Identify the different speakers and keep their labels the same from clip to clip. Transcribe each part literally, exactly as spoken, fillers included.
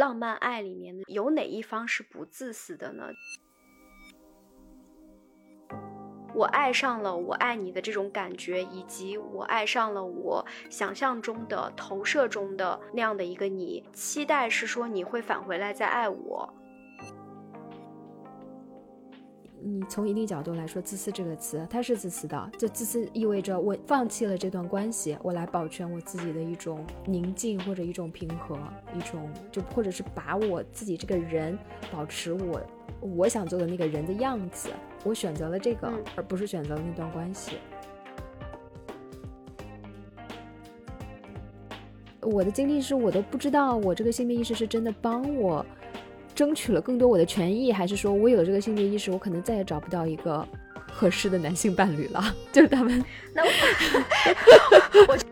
Speaker 1: 浪漫爱里面有哪一方是不自私的呢？我爱上了我爱你的这种感觉，以及我爱上了我想象中的投射中的那样的一个你，期待是说你会返回来再爱我。
Speaker 2: 你从一定角度来说，自私这个词它是自私的，就自私意味着我放弃了这段关系，我来保全我自己的一种宁静或者一种平和，一种就或者是把我自己这个人保持我我想做的那个人的样子，我选择了这个、嗯、而不是选择了那段关系。我的经历是我都不知道我这个性别意识是真的帮我争取了更多我的权益，还是说我有了这个性别意识，我可能再也找不到一个合适的男性伴侣了，就是他们
Speaker 1: 那我我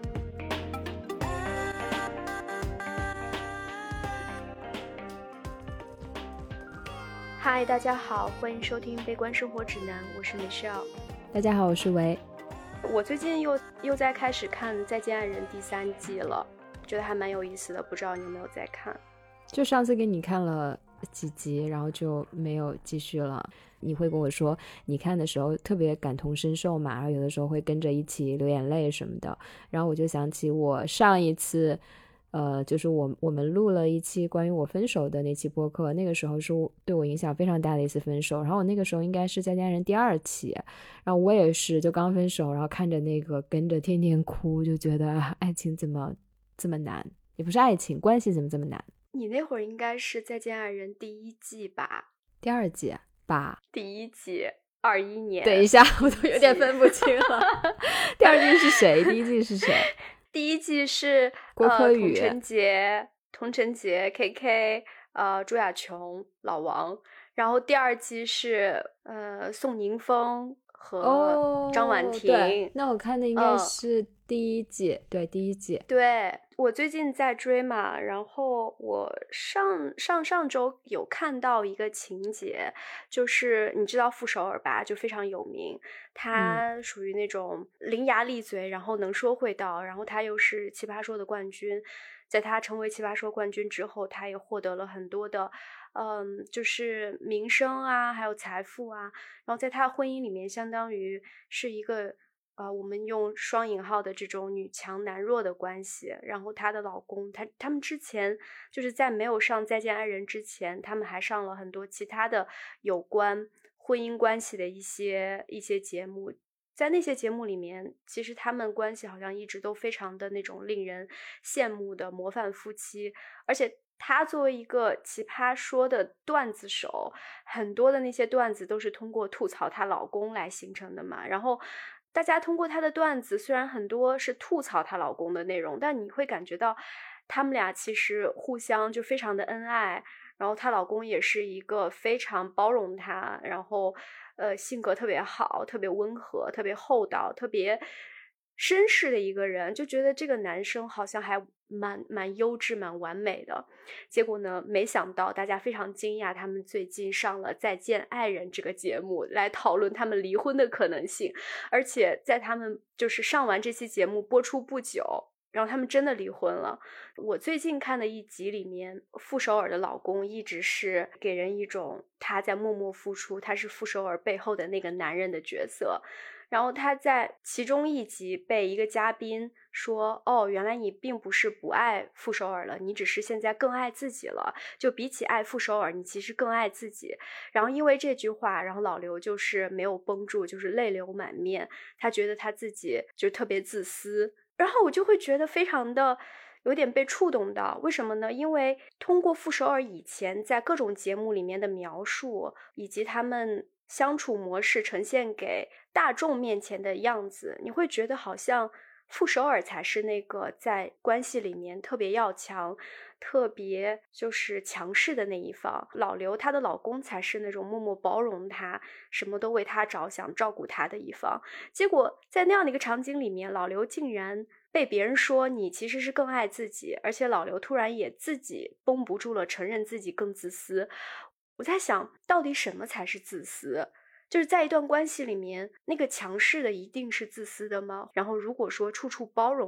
Speaker 1: 嗨，大家好，欢迎收听悲观生活指南，我是 Michelle。
Speaker 2: 大家好，我是维。
Speaker 1: 我最近又又在开始看《再见爱人》第三季了，觉得还蛮有意思的，不知道你有没有在看？
Speaker 2: 就上次给你看了几集，然后就没有继续了。你会跟我说你看的时候特别感同身受嘛，然后有的时候会跟着一起流眼泪什么的，然后我就想起我上一次呃，就是我我们录了一期关于我分手的那期播客，那个时候是对我影响非常大的一次分手，然后我那个时候应该是再见爱人第二期，然后我也是就刚分手，然后看着那个跟着天天哭，就觉得、啊、爱情怎么这么难，也不是爱情，关系怎么这么难。
Speaker 1: 你那会儿应该是再见爱人第一季吧？
Speaker 2: 第二季吧？
Speaker 1: 第一季二一年。
Speaker 2: 等一下，我都有点分不清了第二季是谁？第一季是谁？
Speaker 1: 第一季是
Speaker 2: 郭柯宇、
Speaker 1: 呃、童晨杰、童晨杰、K K、呃、朱亚琼、老王，然后第二季是呃宋宁峰和张婉婷、
Speaker 2: 哦、对，那我看的应该是第一季、嗯、对，第一季。
Speaker 1: 对，我最近在追嘛，然后我上上上周有看到一个情节，就是你知道傅首尔吧，就非常有名，他属于那种伶牙俐嘴，然后能说会道，然后他又是奇葩说的冠军，在他成为奇葩说冠军之后，他也获得了很多的嗯，就是名声啊，还有财富啊，然后在他婚姻里面相当于是一个呃，我们用双引号的这种女强男弱的关系，然后她的老公，他他们之前就是在没有上再见爱人之前，他们还上了很多其他的有关婚姻关系的一些一些节目，在那些节目里面，其实他们关系好像一直都非常的那种令人羡慕的模范夫妻，而且她作为一个奇葩说的段子手，很多的那些段子都是通过吐槽她老公来形成的嘛，然后大家通过她的段子，虽然很多是吐槽她老公的内容，但你会感觉到他们俩其实互相就非常的恩爱，然后她老公也是一个非常包容她，然后呃性格特别好，特别温和，特别厚道，特别绅士的一个人，就觉得这个男生好像还蛮蛮优质蛮完美的。结果呢，没想到大家非常惊讶，他们最近上了《再见爱人》这个节目来讨论他们离婚的可能性，而且在他们就是上完这期节目播出不久，然后他们真的离婚了。我最近看的一集里面，傅首尔的老公一直是给人一种他在默默付出，他是傅首尔背后的那个男人的角色。然后他在其中一集被一个嘉宾说，哦，原来你并不是不爱傅首尔了，你只是现在更爱自己了，就比起爱傅首尔，你其实更爱自己。然后因为这句话，然后老刘就是没有绷住，就是泪流满面，他觉得他自己就特别自私。然后我就会觉得非常的有点被触动到，为什么呢？因为通过傅首尔以前在各种节目里面的描述，以及他们相处模式呈现给大众面前的样子，你会觉得好像傅首尔才是那个在关系里面特别要强，特别就是强势的那一方，老刘她的老公才是那种默默包容她，什么都为她着想，照顾她的一方。结果在那样的一个场景里面，老刘竟然被别人说你其实是更爱自己，而且老刘突然也自己绷不住了，承认自己更自私。我在想，到底什么才是自私？就是在一段关系里面，那个强势的一定是自私的吗？然后如果说处处包容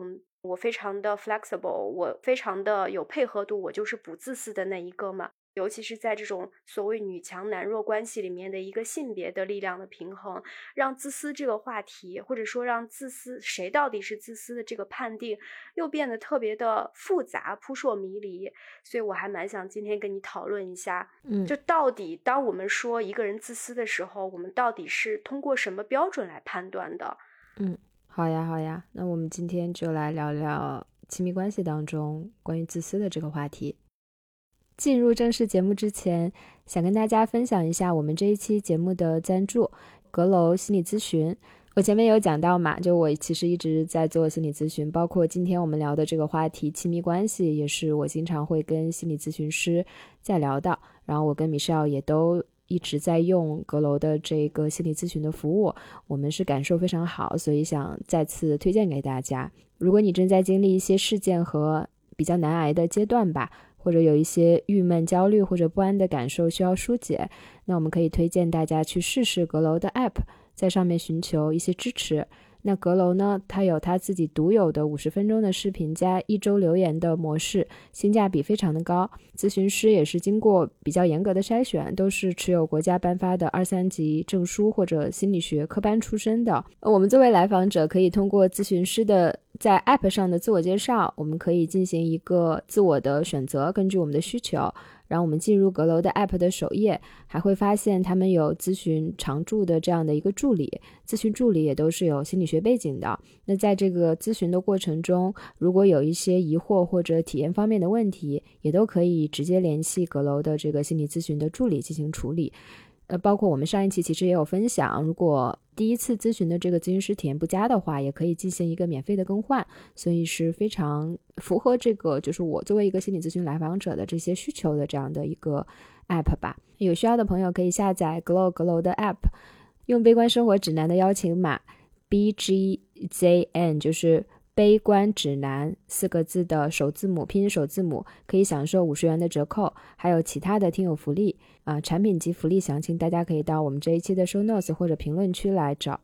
Speaker 1: 我非常的 flexible， 我非常的有配合度，我就是不自私的那一个嘛。尤其是在这种所谓女强男弱关系里面的一个性别的力量的平衡，让自私这个话题，或者说让自私谁到底是自私的这个判定又变得特别的复杂扑朔迷离。所以我还蛮想今天跟你讨论一下，
Speaker 2: 嗯，
Speaker 1: 就到底当我们说一个人自私的时候，我们到底是通过什么标准来判断的？
Speaker 2: 嗯，好呀好呀，那我们今天就来聊聊亲密关系当中关于自私的这个话题。进入正式节目之前，想跟大家分享一下我们这一期节目的赞助，阁楼心理咨询。我前面有讲到嘛，就我其实一直在做心理咨询，包括今天我们聊的这个话题亲密关系，也是我经常会跟心理咨询师在聊到。然后我跟 Michelle 也都一直在用阁楼的这个心理咨询的服务，我们是感受非常好，所以想再次推荐给大家。如果你正在经历一些事件和比较难挨的阶段吧，或者有一些郁闷、焦虑或者不安的感受需要疏解，那我们可以推荐大家去试试阁楼的 App， 在上面寻求一些支持。那阁楼呢，它有它自己独有的五十分钟的视频加一周留言的模式，性价比非常的高。咨询师也是经过比较严格的筛选，都是持有国家颁发的二三级证书或者心理学科班出身的。我们作为来访者可以通过咨询师的在 App 上的自我介绍，我们可以进行一个自我的选择，根据我们的需求。然后我们进入阁楼的 App 的首页，还会发现他们有咨询常驻的这样的一个助理，咨询助理也都是有心理学背景的。那在这个咨询的过程中，如果有一些疑惑或者体验方面的问题，也都可以直接联系阁楼的这个心理咨询的助理进行处理。呃，包括我们上一期其实也有分享，如果第一次咨询的这个咨询师体验不佳的话，也可以进行一个免费的更换，所以是非常符合这个就是我作为一个心理咨询来访者的这些需求的这样的一个 app 吧。有需要的朋友可以下载 Glow 阁楼的 app， 用悲观生活指南的邀请码 B G Z N， 就是悲观指南四个字的首字母拼音首字母，可以享受五十元的折扣，还有其他的听友福利啊、呃，产品及福利详情大家可以到我们这一期的 show notes 或者评论区来找。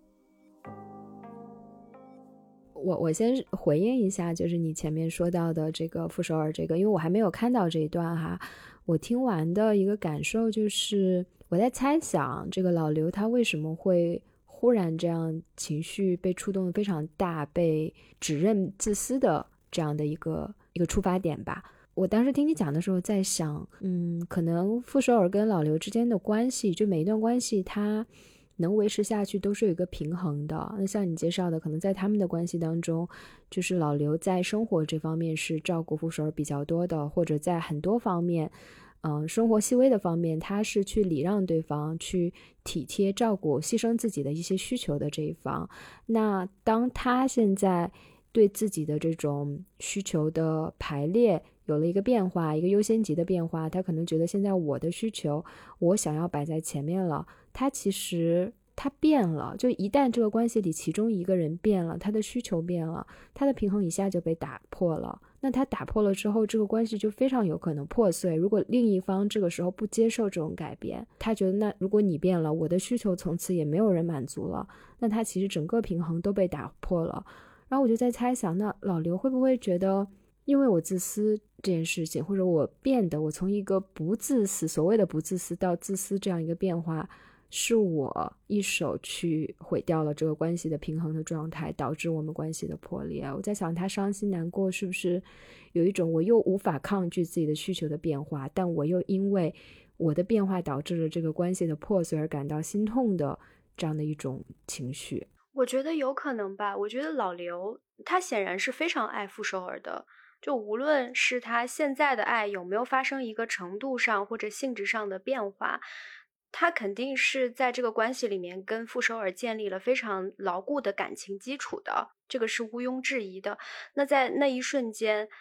Speaker 2: 我我先回应一下，就是你前面说到的这个傅首尔这个，因为我还没有看到这一段哈，我听完的一个感受就是我在猜想这个老刘他为什么会忽然这样情绪被触动的非常大，被指认自私的这样的一个一个出发点吧。我当时听你讲的时候在想，嗯，可能傅首尔跟老刘之间的关系，就每一段关系它能维持下去都是有一个平衡的。那像你介绍的，可能在他们的关系当中，就是老刘在生活这方面是照顾傅首尔比较多的，或者在很多方面嗯、呃，生活细微的方面，他是去礼让对方，去体贴照顾牺牲自己的一些需求的这一方。那当他现在对自己的这种需求的排列有了一个变化，一个优先级的变化，他可能觉得现在我的需求我想要摆在前面了，他其实他变了，就一旦这个关系里其中一个人变了，他的需求变了，他的平衡一下就被打破了。那他打破了之后，这个关系就非常有可能破碎。如果另一方这个时候不接受这种改变，他觉得那如果你变了，我的需求从此也没有人满足了，那他其实整个平衡都被打破了。然后我就在猜想，那老刘会不会觉得因为我自私这件事情，或者我变得我从一个不自私，所谓的不自私到自私这样一个变化，是我一手去毁掉了这个关系的平衡的状态，导致我们关系的破裂。我在想他伤心难过是不是有一种我又无法抗拒自己的需求的变化，但我又因为我的变化导致了这个关系的破碎而感到心痛的这样的一种情绪。
Speaker 1: 我觉得有可能吧，我觉得老刘他显然是非常爱傅首尔的，就无论是他现在的爱有没有发生一个程度上或者性质上的变化，他肯定是在这个关系里面跟傅首尔建立了非常牢固的感情基础的，这个是毋庸置疑的。那在那一瞬间，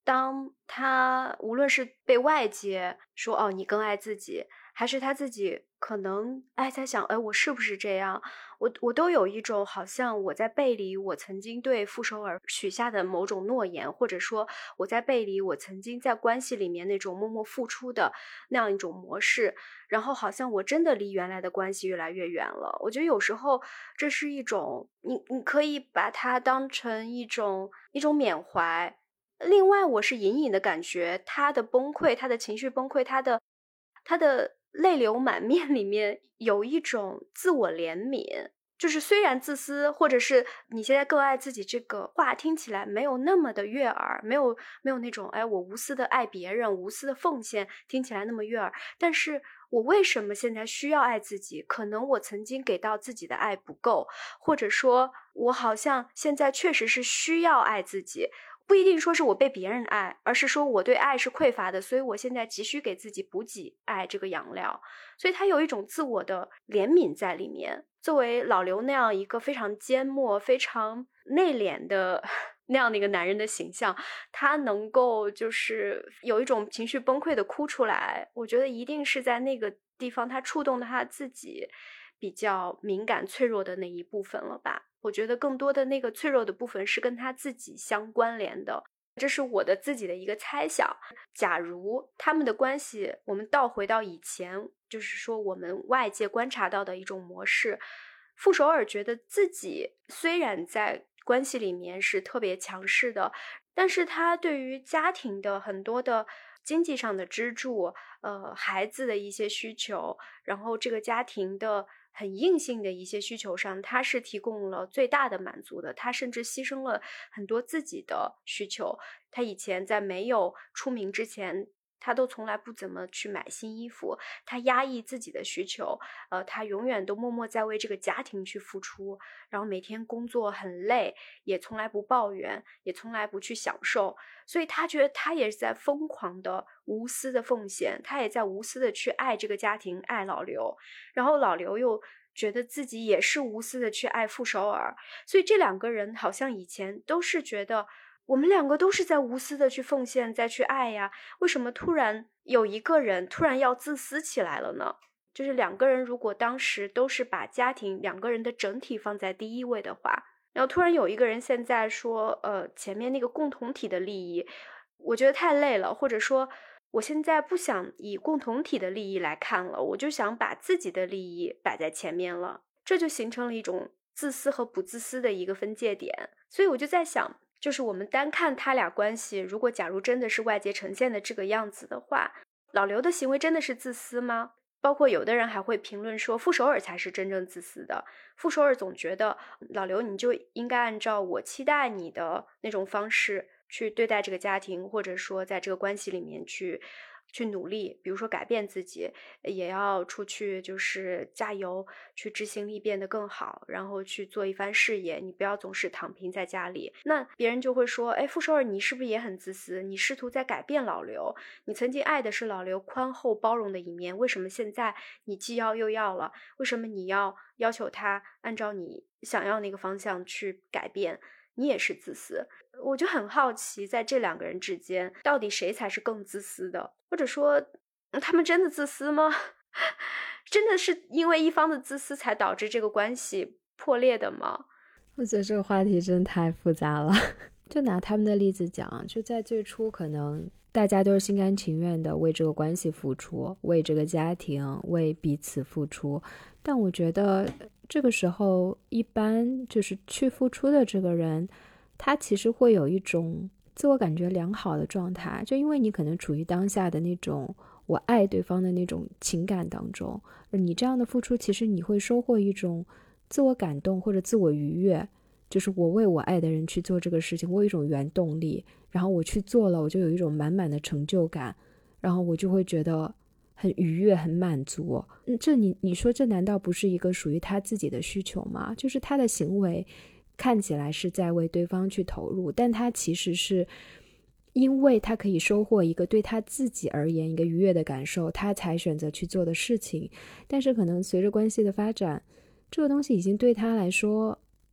Speaker 1: 当他无论是被外界说哦你更爱自己，还是他自己可能哎在想哎我是不是这样，我我都有一种好像我在背离我曾经对傅首尔许下的某种诺言，或者说我在背离我曾经在关系里面那种默默付出的那样一种模式，然后好像我真的离原来的关系越来越远了。我觉得有时候这是一种你你可以把它当成一种一种缅怀。另外我是隐隐的感觉他的崩溃，他的情绪崩溃，他的他的泪流满面里面有一种自我怜悯，就是虽然自私，或者是你现在更爱自己这个话听起来没有那么的悦耳，没有没有那种哎我无私的爱别人，无私的奉献听起来那么悦耳，但是我为什么现在需要爱自己？可能我曾经给到自己的爱不够，或者说我好像现在确实是需要爱自己，不一定说是我被别人爱，而是说我对爱是匮乏的，所以我现在急需给自己补给爱这个养料，所以他有一种自我的怜悯在里面。作为老刘那样一个非常缄默非常内敛的那样的一个男人的形象，他能够就是有一种情绪崩溃的哭出来，我觉得一定是在那个地方他触动了他自己比较敏感脆弱的那一部分了吧。我觉得更多的那个脆弱的部分是跟他自己相关联的，这是我的自己的一个猜想。假如他们的关系我们倒回到以前，就是说我们外界观察到的一种模式，傅首尔觉得自己虽然在关系里面是特别强势的，但是他对于家庭的很多的经济上的支柱，呃，孩子的一些需求，然后这个家庭的很硬性的一些需求上，他是提供了最大的满足的，他甚至牺牲了很多自己的需求。他以前在没有出名之前，他都从来不怎么去买新衣服，他压抑自己的需求，呃，他永远都默默在为这个家庭去付出，然后每天工作很累，也从来不抱怨，也从来不去享受，所以他觉得他也是在疯狂的无私的奉献，他也在无私的去爱这个家庭，爱老刘，然后老刘又觉得自己也是无私的去爱傅首尔，所以这两个人好像以前都是觉得我们两个都是在无私的去奉献，再去爱呀，为什么突然有一个人突然要自私起来了呢？就是两个人如果当时都是把家庭两个人的整体放在第一位的话，然后突然有一个人现在说呃，前面那个共同体的利益我觉得太累了，或者说我现在不想以共同体的利益来看了，我就想把自己的利益摆在前面了，这就形成了一种自私和不自私的一个分界点。所以我就在想，就是我们单看他俩关系，如果假如真的是外界呈现的这个样子的话，老刘的行为真的是自私吗？包括有的人还会评论说傅首尔才是真正自私的，傅首尔总觉得老刘你就应该按照我期待你的那种方式去对待这个家庭，或者说在这个关系里面去去努力，比如说改变自己，也要出去就是加油，去执行力变得更好，然后去做一番事业，你不要总是躺平在家里。那别人就会说，哎，傅首尔你是不是也很自私？你试图在改变老刘，你曾经爱的是老刘宽厚包容的一面，为什么现在你既要又要了？为什么你要要求他按照你想要那个方向去改变？你也是自私。我就很好奇在这两个人之间到底谁才是更自私的，或者说他们真的自私吗？真的是因为一方的自私才导致这个关系破裂的吗？
Speaker 2: 我觉得这个话题真太复杂了。就拿他们的例子讲，就在最初可能大家都是心甘情愿的为这个关系付出，为这个家庭，为彼此付出，但我觉得这个时候一般就是去付出的这个人，他其实会有一种自我感觉良好的状态，就因为你可能处于当下的那种我爱对方的那种情感当中，而你这样的付出其实你会收获一种自我感动或者自我愉悦，就是我为我爱的人去做这个事情，我有一种原动力，然后我去做了，我就有一种满满的成就感，然后我就会觉得很愉悦很满足。这你你说这难道不是一个属于他自己的需求吗？就是他的行为看起来是在为对方去投入，但他其实是因为他可以收获一个对他自己而言一个愉悦的感受，他才选择去做的事情。但是可能随着关系的发展，这个东西已经对他来说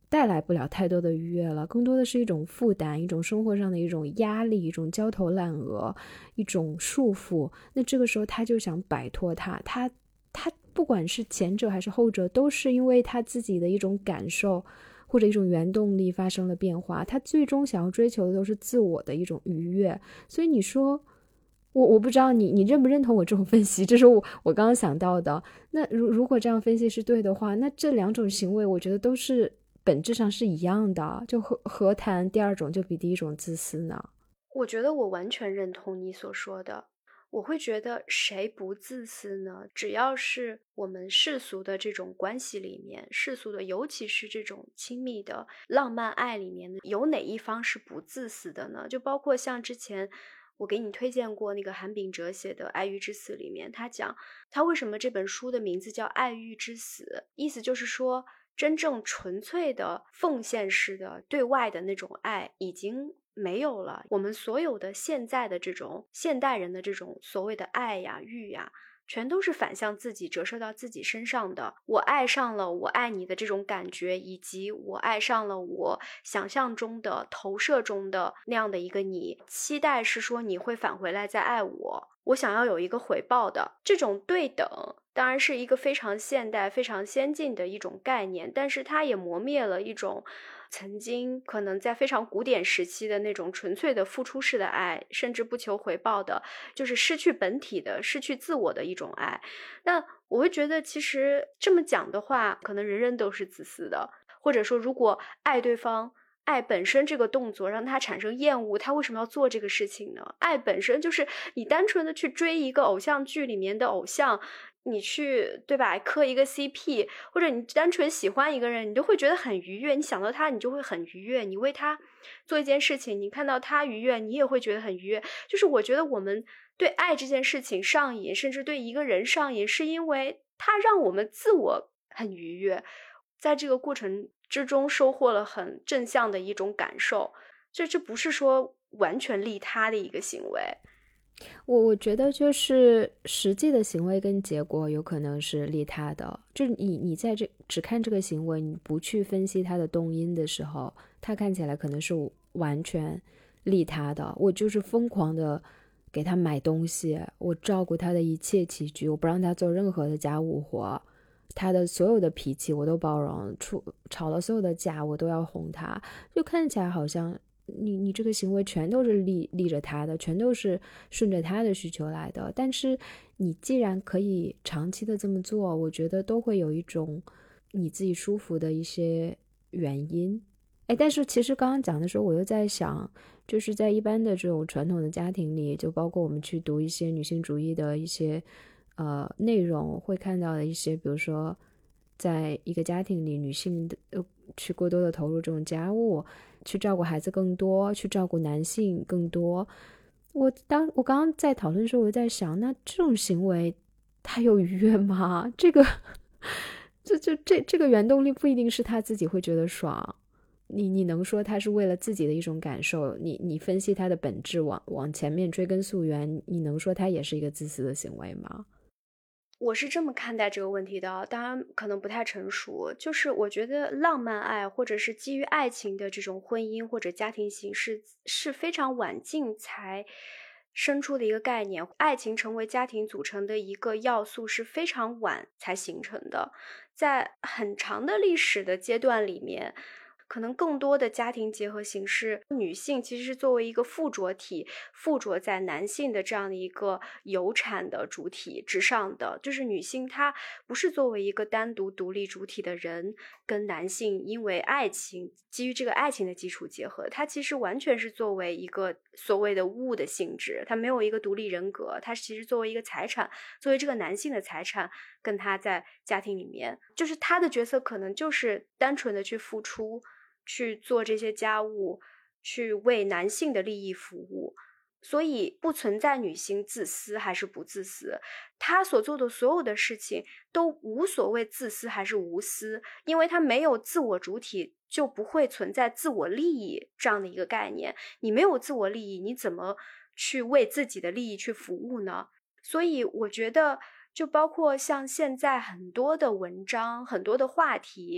Speaker 2: 带来不了太多的愉悦了，更多的是一种负担，一种生活上的一种压力，一种焦头烂额，一种束缚。那这个时候他就想摆脱它，他他不管是前者还是后者，都是因为他自己的一种感受或者一种原动力发生了变化，他最终想要追求的都是自我的一种愉悦。所以你说我我不知道你你认不认同我这种分析，这是我我刚刚想到的。那如如果这样分析是对的话，那这两种行为我觉得都是本质上是一样的，就何何谈第二种就比第一种自私呢？
Speaker 1: 我觉得我完全认同你所说的。我会觉得谁不自私呢？只要是我们世俗的这种关系里面，世俗的尤其是这种亲密的浪漫爱里面，有哪一方是不自私的呢？就包括像之前我给你推荐过那个韩炳哲写的《爱欲之死》里面，他讲他为什么这本书的名字叫《爱欲之死》，意思就是说真正纯粹的奉献式的对外的那种爱已经没有了。我们所有的现在的这种现代人的这种所谓的爱呀欲呀，全都是反向自己折射到自己身上的。我爱上了我爱你的这种感觉，以及我爱上了我想象中的投射中的那样的一个你，期待是说你会返回来再爱我，我想要有一个回报的。这种对等当然是一个非常现代非常先进的一种概念，但是它也磨灭了一种曾经可能在非常古典时期的那种纯粹的付出式的爱，甚至不求回报的，就是失去本体的失去自我的一种爱。那我会觉得其实这么讲的话，可能人人都是自私的，或者说如果爱对方，爱本身这个动作让他产生厌恶，他为什么要做这个事情呢？爱本身就是你单纯的去追一个偶像剧里面的偶像，你去对吧磕一个 C P， 或者你单纯喜欢一个人，你就会觉得很愉悦，你想到他你就会很愉悦，你为他做一件事情，你看到他愉悦你也会觉得很愉悦。就是我觉得我们对爱这件事情上瘾，甚至对一个人上瘾，是因为他让我们自我很愉悦，在这个过程之中收获了很正向的一种感受。这这不是说完全利他的一个行为。
Speaker 2: 我我觉得就是实际的行为跟结果有可能是利他的，就是你你在这只看这个行为，你不去分析它的动因的时候，它看起来可能是完全利他的。我就是疯狂的给他买东西，我照顾他的一切起居，我不让他做任何的家务活，他的所有的脾气我都包容，出吵了所有的架我都要哄他，就看起来好像你你这个行为全都是立立着他的，全都是顺着他的需求来的。但是你既然可以长期的这么做，我觉得都会有一种你自己舒服的一些原因。哎，但是其实刚刚讲的时候，我又在想，就是在一般的这种传统的家庭里，就包括我们去读一些女性主义的一些呃内容，会看到的一些，比如说在一个家庭里，女性的呃去过多的投入这种家务，去照顾孩子更多，去照顾男性更多。我当我刚刚在讨论的时候，我在想，那这种行为他有愉悦吗？这个这这这这个原动力不一定是他自己会觉得爽。你你能说他是为了自己的一种感受？你你分析他的本质，往往前面追根溯源，你能说他也是一个自私的行为吗？
Speaker 1: 我是这么看待这个问题的，当然可能不太成熟。就是我觉得浪漫爱或者是基于爱情的这种婚姻或者家庭形式是非常晚近才生出的一个概念，爱情成为家庭组成的一个要素是非常晚才形成的。在很长的历史的阶段里面，可能更多的家庭结合形式，女性其实是作为一个附着体，附着在男性的这样的一个有产的主体之上的，就是女性她不是作为一个单独独立主体的人，跟男性因为爱情基于这个爱情的基础结合，她其实完全是作为一个所谓的物的性质，她没有一个独立人格，她其实作为一个财产，作为这个男性的财产，跟他在家庭里面，就是他的角色可能就是单纯的去付出，去做这些家务，去为男性的利益服务。所以不存在女性自私还是不自私，她所做的所有的事情都无所谓自私还是无私，因为她没有自我主体，就不会存在自我利益这样的一个概念。你没有自我利益，你怎么去为自己的利益去服务呢？所以我觉得就包括像现在很多的文章，很多的话题，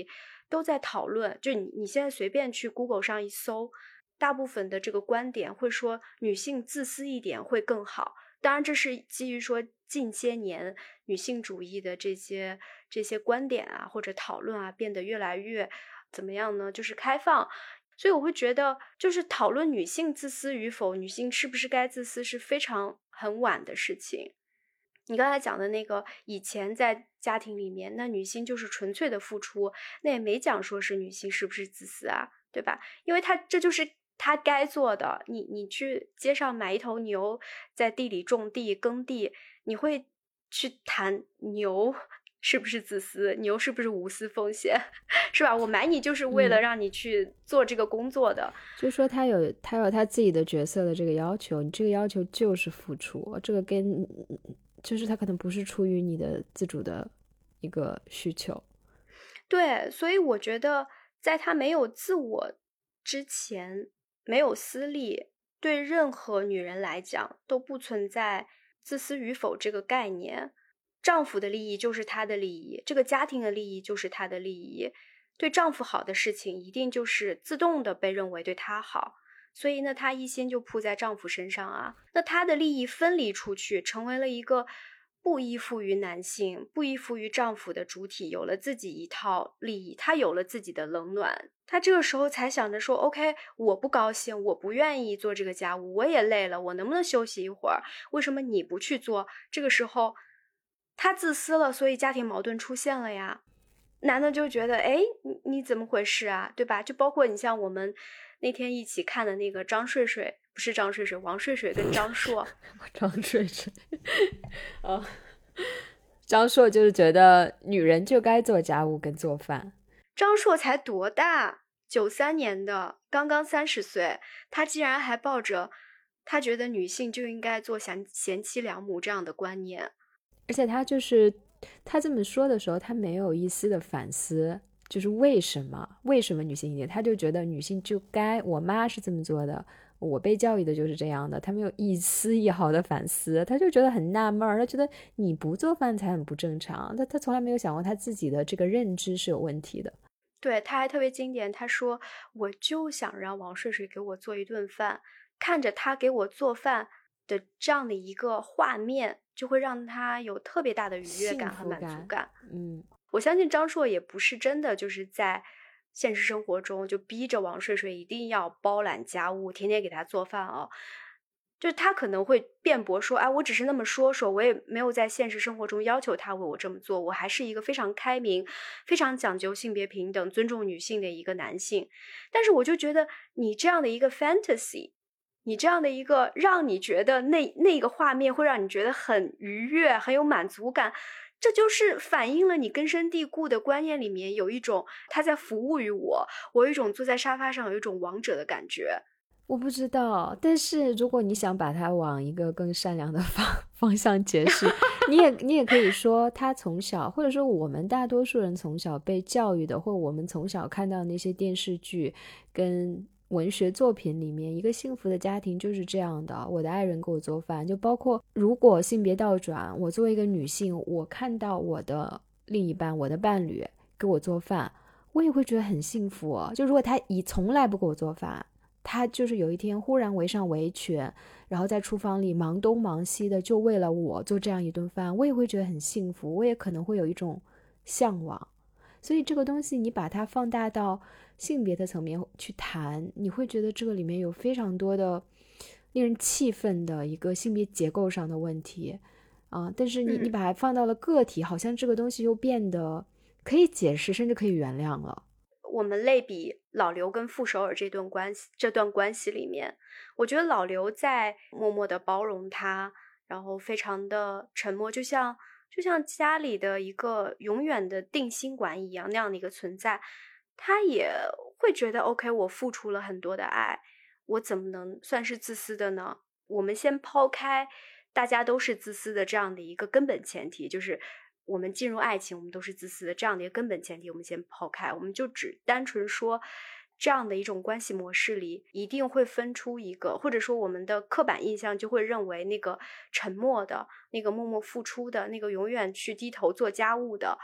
Speaker 1: 都在讨论，就你你现在随便去 Google 上一搜，大部分的这个观点会说女性自私一点会更好。当然这是基于说近些年女性主义的这些这些观点啊或者讨论啊变得越来越怎么样呢，就是开放。所以我会觉得就是讨论女性自私与否，女性是不是该自私是非常很晚的事情。你刚才讲的那个以前在家庭里面那女性就是纯粹的付出，那也没讲说是女性是不是自私啊，对吧？因为她这就是她该做的。你你去街上买一头牛，在地里种地耕地，你会去谈牛是不是自私，牛是不是无私奉献，是吧？我买你就是为了让你去做这个工作的。
Speaker 2: 嗯、就是说他有他有他自己的角色的这个要求，你这个要求就是付出，这个跟就是他可能不是出于你的自主的一个需求。
Speaker 1: 对，所以我觉得在他没有自我之前，没有私利，对任何女人来讲都不存在自私与否这个概念。丈夫的利益就是他的利益，这个家庭的利益就是他的利益，对丈夫好的事情一定就是自动的被认为对他好，所以呢她一心就扑在丈夫身上啊。那她的利益分离出去，成为了一个不依附于男性，不依附于丈夫的主体，有了自己一套利益，她有了自己的冷暖。她这个时候才想着说 OK 我不高兴，我不愿意做这个家务，我也累了，我能不能休息一会儿，为什么你不去做？这个时候她自私了，所以家庭矛盾出现了呀。男的就觉得哎，你你怎么回事啊，对吧？就包括你像我们那天一起看的那个张睡睡，不是张睡睡，王睡睡跟张硕。
Speaker 2: 张睡睡哦，张硕就是觉得女人就该做家务跟做饭。
Speaker 1: 张硕才多大？九三年的，刚刚三十岁，他竟然还抱着他觉得女性就应该做贤贤妻良母这样的观念。
Speaker 2: 而且他就是他这么说的时候，他没有一丝的反思，就是为什么为什么女性一点，他就觉得女性就该，我妈是这么做的，我被教育的就是这样的，他没有一丝一毫的反思，他就觉得很纳闷，他觉得你不做饭才很不正常，他他从来没有想过他自己的这个认知是有问题的。
Speaker 1: 对，他还特别经典，他说我就想让王睡睡给我做一顿饭，看着他给我做饭的这样的一个画面，就会让他有特别大的愉悦感和满足感。
Speaker 2: 嗯，
Speaker 1: 我相信张硕也不是真的就是在现实生活中就逼着王睡睡一定要包揽家务，天天给他做饭哦。就他可能会辩驳说，哎，我只是那么说说，我也没有在现实生活中要求他为我这么做，我还是一个非常开明、非常讲究性别平等、尊重女性的一个男性。但是我就觉得你这样的一个 fantasy， 你这样的一个让你觉得那那个画面会让你觉得很愉悦、很有满足感，这就是反映了你根深蒂固的观念里面有一种他在服务于我，我有一种坐在沙发上有一种王者的感觉。
Speaker 2: 我不知道，但是如果你想把它往一个更善良的方方向解释，你也你也可以说他从小，或者说我们大多数人从小被教育的，或者我们从小看到那些电视剧跟文学作品里面，一个幸福的家庭就是这样的，我的爱人给我做饭，就包括如果性别倒转，我作为一个女性，我看到我的另一半，我的伴侣给我做饭，我也会觉得很幸福哦。就如果他以从来不给我做饭，他就是有一天忽然围上围裙，然后在厨房里忙东忙西的，就为了我做这样一顿饭，我也会觉得很幸福，我也可能会有一种向往。所以这个东西你把它放大到性别的层面去谈，你会觉得这个里面有非常多的令人气愤的一个性别结构上的问题啊、呃，但是你你把它放到了个体，好像这个东西又变得可以解释，甚至可以原谅了。
Speaker 1: 我们类比老刘跟傅首尔这段关系，这段关系里面，我觉得老刘在默默的包容他，然后非常的沉默，就像就像家里的一个永远的定心丸一样那样的一个存在。他也会觉得 OK， 我付出了很多的爱，我怎么能算是自私的呢？我们先抛开大家都是自私的这样的一个根本前提，就是我们进入爱情我们都是自私的这样的一个根本前提，我们先抛开，我们就只单纯说这样的一种关系模式里一定会分出一个，或者说我们的刻板印象就会认为那个沉默的，那个默默付出的，那个永远去低头做家务的，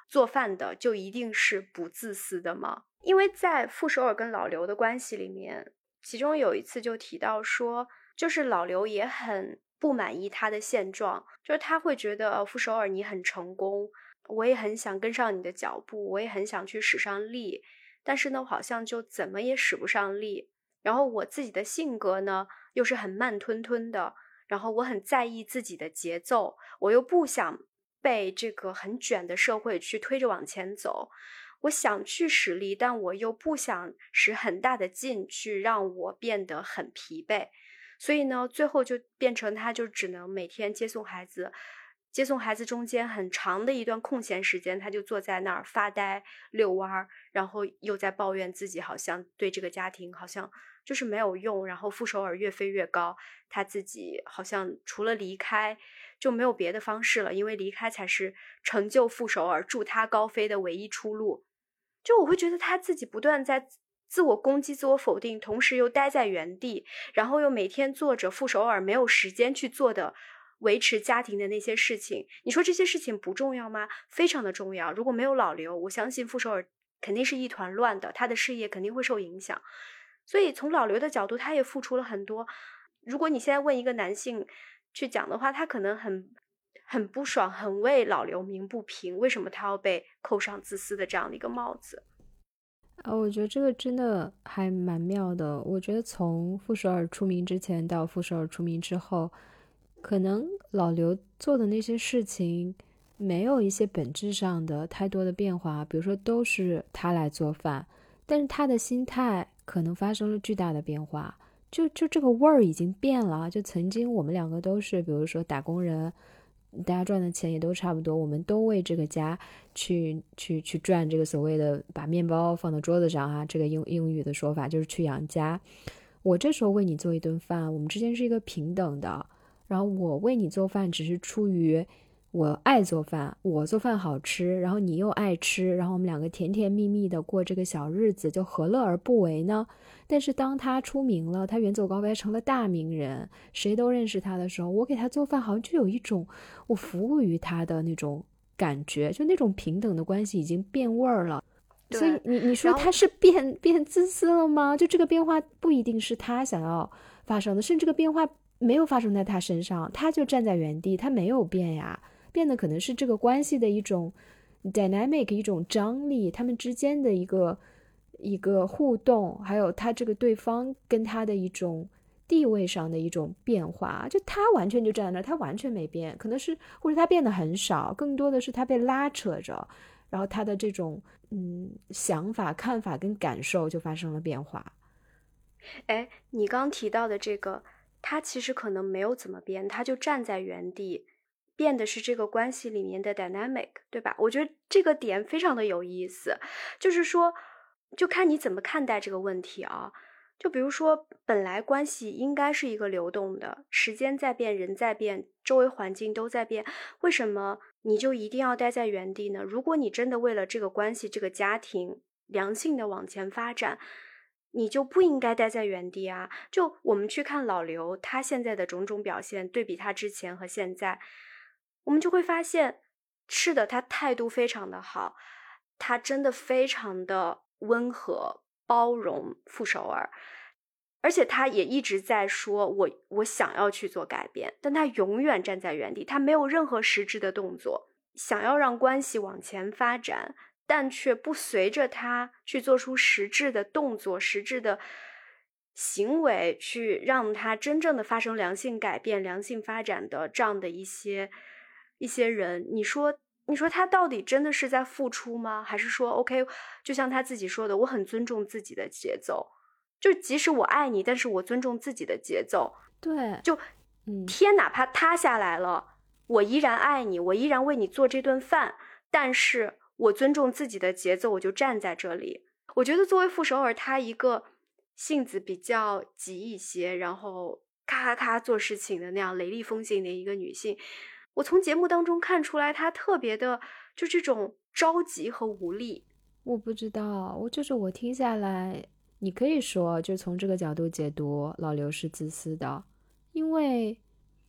Speaker 1: 做饭的就一定是不自私的吗？因为在傅首尔跟老刘的关系里面，其中有一次就提到说，就是老刘也很不满意他的现状，就是他会觉得傅首尔你很成功，我也很想跟上你的脚步，我也很想去使上力，但是呢好像就怎么也使不上力，然后我自己的性格呢又是很慢吞吞的，然后我很在意自己的节奏，我又不想被这个很卷的社会去推着往前走，我想去使力，但我又不想使很大的劲去让我变得很疲惫，所以呢最后就变成他就只能每天接送孩子，接送孩子中间很长的一段空闲时间他就坐在那儿发呆遛弯，然后又在抱怨自己好像对这个家庭好像就是没有用，然后傅首尔越飞越高，他自己好像除了离开就没有别的方式了，因为离开才是成就傅首尔助他高飞的唯一出路。就我会觉得他自己不断在自我攻击自我否定，同时又待在原地，然后又每天做着傅首尔没有时间去做的维持家庭的那些事情。你说这些事情不重要吗？非常的重要，如果没有老刘，我相信傅首尔肯定是一团乱的，他的事业肯定会受影响。所以从老刘的角度他也付出了很多，如果你现在问一个男性去讲的话，他可能很很不爽，很为老刘鸣不平，为什么他要被扣上自私的这样的一个帽子。
Speaker 2: 啊，我觉得这个真的还蛮妙的。我觉得从傅首尔出名之前到傅首尔出名之后，可能老刘做的那些事情没有一些本质上的太多的变化，比如说都是他来做饭，但是他的心态可能发生了巨大的变化，就就这个味儿已经变了。就曾经我们两个都是比如说打工人，大家赚的钱也都差不多，我们都为这个家去去去赚这个所谓的把面包放到桌子上啊，这个英英语的说法就是去养家。我这时候为你做一顿饭，我们之间是一个平等的，然后我为你做饭只是出于我爱做饭，我做饭好吃，然后你又爱吃，然后我们两个甜甜蜜蜜的过这个小日子，就何乐而不为呢？但是当他出名了，他远走高飞成了大名人，谁都认识他的时候，我给他做饭好像就有一种我服务于他的那种感觉，就那种平等的关系已经变味儿了。所以你你说他是变变自私了吗？就这个变化不一定是他想要发生的，甚至这个变化没有发生在他身上，他就站在原地，他没有变呀，变的可能是这个关系的一种 dynamic， 一种张力，他们之间的一个一个互动，还有他这个对方跟他的一种地位上的一种变化。就他完全就站在那儿，他完全没变，可能是或者他变得很少，更多的是他被拉扯着，然后他的这种嗯想法看法跟感受就发生了变化。
Speaker 1: 哎，你刚提到的这个他其实可能没有怎么变，他就站在原地，变的是这个关系里面的 dynamic， 对吧？我觉得这个点非常的有意思，就是说就看你怎么看待这个问题啊。就比如说本来关系应该是一个流动的，时间在变，人在变，周围环境都在变，为什么你就一定要待在原地呢？如果你真的为了这个关系这个家庭良性的往前发展，你就不应该待在原地啊。就我们去看老刘他现在的种种表现，对比他之前和现在，我们就会发现是的，他态度非常的好，他真的非常的温和包容傅首尔，而且他也一直在说我我想要去做改变，但他永远站在原地，他没有任何实质的动作，想要让关系往前发展，但却不随着他去做出实质的动作，实质的行为，去让他真正的发生良性改变、良性发展的这样的一些一些人，你说你说他到底真的是在付出吗？还是说 OK， 就像他自己说的，我很尊重自己的节奏，就即使我爱你，但是我尊重自己的节奏。
Speaker 2: 对，
Speaker 1: 就天哪怕塌下来了，我依然爱你，我依然为你做这顿饭，但是我尊重自己的节奏，我就站在这里。我觉得作为傅首尔，她一个性子比较急一些，然后咔咔咔做事情的那样雷厉风行的一个女性，我从节目当中看出来她特别的就这种着急和无力。
Speaker 2: 我不知道，我就是我听下来，你可以说就从这个角度解读老刘是自私的，因为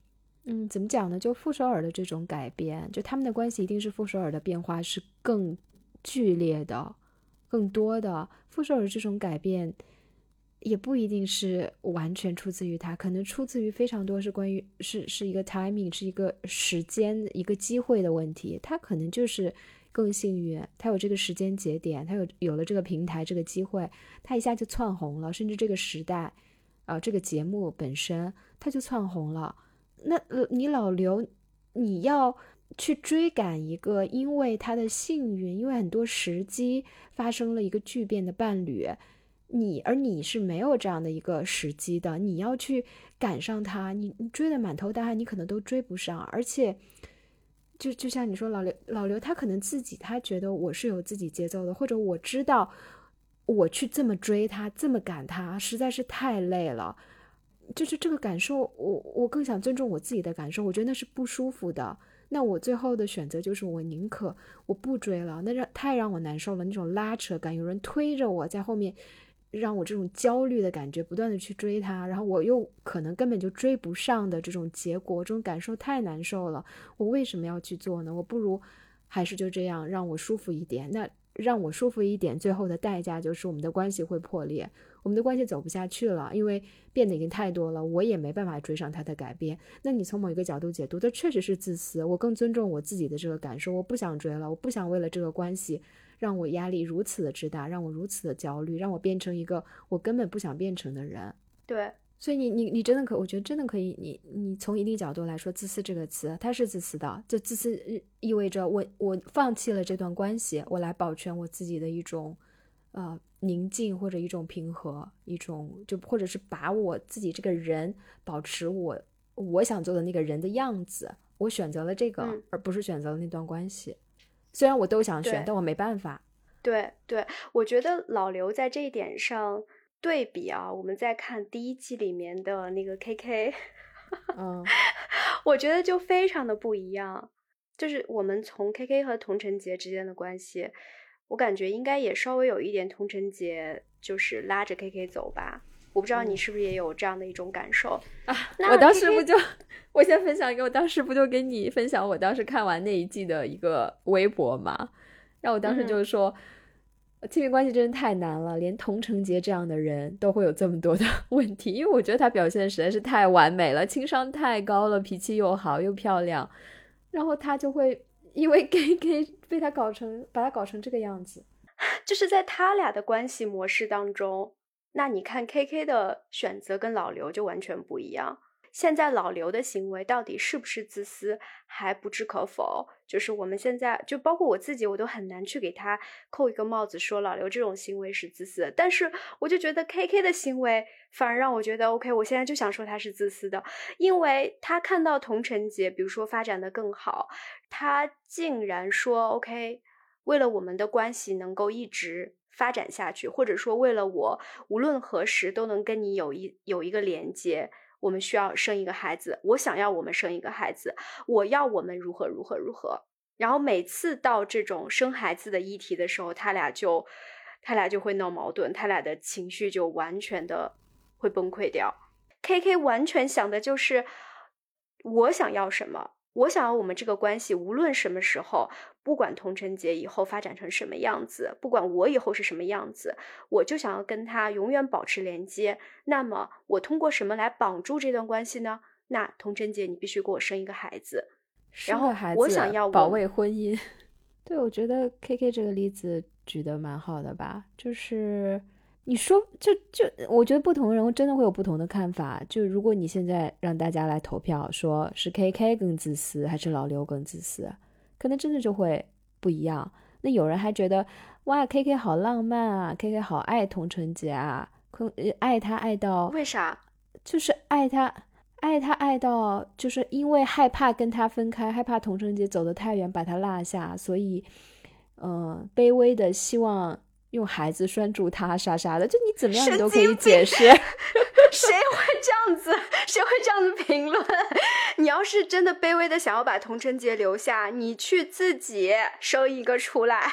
Speaker 2: 嗯，怎么讲呢？就傅首尔的这种改变，就他们的关系一定是傅首尔的变化是更剧烈的、更多的。傅首尔这种改变也不一定是完全出自于他，可能出自于非常多是关于是是一个 timing， 是一个时间、一个机会的问题。他可能就是更幸运，他有这个时间节点，他有有了这个平台、这个机会，他一下就窜红了，甚至这个时代啊、呃，这个节目本身他就窜红了。那、呃、你老刘，你要去追赶一个因为他的幸运，因为很多时机发生了一个巨变的伴侣，你而你是没有这样的一个时机的，你要去赶上他，你你追得满头大汗，你可能都追不上。而且就就像你说老刘老刘他可能自己他觉得我是有自己节奏的，或者我知道我去这么追他这么赶他实在是太累了，就是这个感受我我更想尊重我自己的感受，我觉得那是不舒服的。那我最后的选择就是我宁可我不追了，那让太让我难受了，那种拉扯感，有人推着我在后面，让我这种焦虑的感觉不断的去追他，然后我又可能根本就追不上的这种结果，这种感受太难受了。我为什么要去做呢？我不如还是就这样让我舒服一点。那让我舒服一点，最后的代价就是我们的关系会破裂，我们的关系走不下去了，因为变得已经太多了，我也没办法追上他的改变。那你从某一个角度解读，这确实是自私，我更尊重我自己的这个感受，我不想追了，我不想为了这个关系让我压力如此的之大，让我如此的焦虑，让我变成一个我根本不想变成的人。
Speaker 1: 对，
Speaker 2: 所以你你你真的可，我觉得真的可以，你你从一定角度来说，自私这个词它是自私的，这自私意味着我我放弃了这段关系，我来保全我自己的一种呃宁静或者一种平和，一种就或者是把我自己这个人保持我我想做的那个人的样子，我选择了这个、嗯、而不是选择了那段关系。虽然我都想选，但我没办法。
Speaker 1: 对对，我觉得老刘在这一点上对比啊，我们在看第一季里面的那个 K K
Speaker 2: 嗯，
Speaker 1: 我觉得就非常的不一样。就是我们从 K K 和童晨杰之间的关系，我感觉应该也稍微有一点童晨杰就是拉着 K K 走吧。我不知道你是不是也有这样的一种感受、
Speaker 2: 嗯、啊？我当时不就我先分享一个，我当时不就给你分享我当时看完那一季的一个微博嘛？然后我当时就是说、嗯、亲密关系真的太难了，连童晨杰这样的人都会有这么多的问题，因为我觉得他表现的实在是太完美了，情商太高了，脾气又好又漂亮，然后他就会因为 K K 被他搞成把他搞成这个样子。
Speaker 1: 就是在他俩的关系模式当中，那你看 K K 的选择跟老刘就完全不一样。现在老刘的行为到底是不是自私还不置可否，就是我们现在就包括我自己我都很难去给他扣一个帽子说老刘这种行为是自私的，但是我就觉得 K K 的行为反而让我觉得 OK， 我现在就想说他是自私的，因为他看到童晨杰比如说发展的更好，他竟然说 OK， 为了我们的关系能够一直发展下去，或者说为了我无论何时都能跟你有一有一个连接，我们需要生一个孩子，我想要我们生一个孩子，我要我们如何如何如何。然后每次到这种生孩子的议题的时候，他俩就他俩就会闹矛盾，他俩的情绪就完全的会崩溃掉。 K K 完全想的就是我想要什么，我想要我们这个关系无论什么时候，不管童晨杰以后发展成什么样子，不管我以后是什么样子，我就想要跟他永远保持连接。那么我通过什么来绑住这段关系呢？那童晨杰你必须给我生一个孩子，然后我想要
Speaker 2: 保卫婚姻。对，我觉得 K K 这个例子举得蛮好的吧，就是你说就就我觉得不同人真的会有不同的看法，就如果你现在让大家来投票说是 K K 更自私还是老刘更自私，可能真的就会不一样。那有人还觉得哇 K K 好浪漫啊， K K 好爱童晨杰啊，爱他爱到
Speaker 1: 为啥
Speaker 2: 就是爱他爱他爱到就是因为害怕跟他分开，害怕童晨杰走得太远把他落下，所以呃，卑微的希望用孩子拴住他啥啥的，就你怎么样你都可以解释。谁
Speaker 1: 会这样子谁会这样子评论？你要是真的卑微的想要把童晨杰留下，你去自己生一个出来。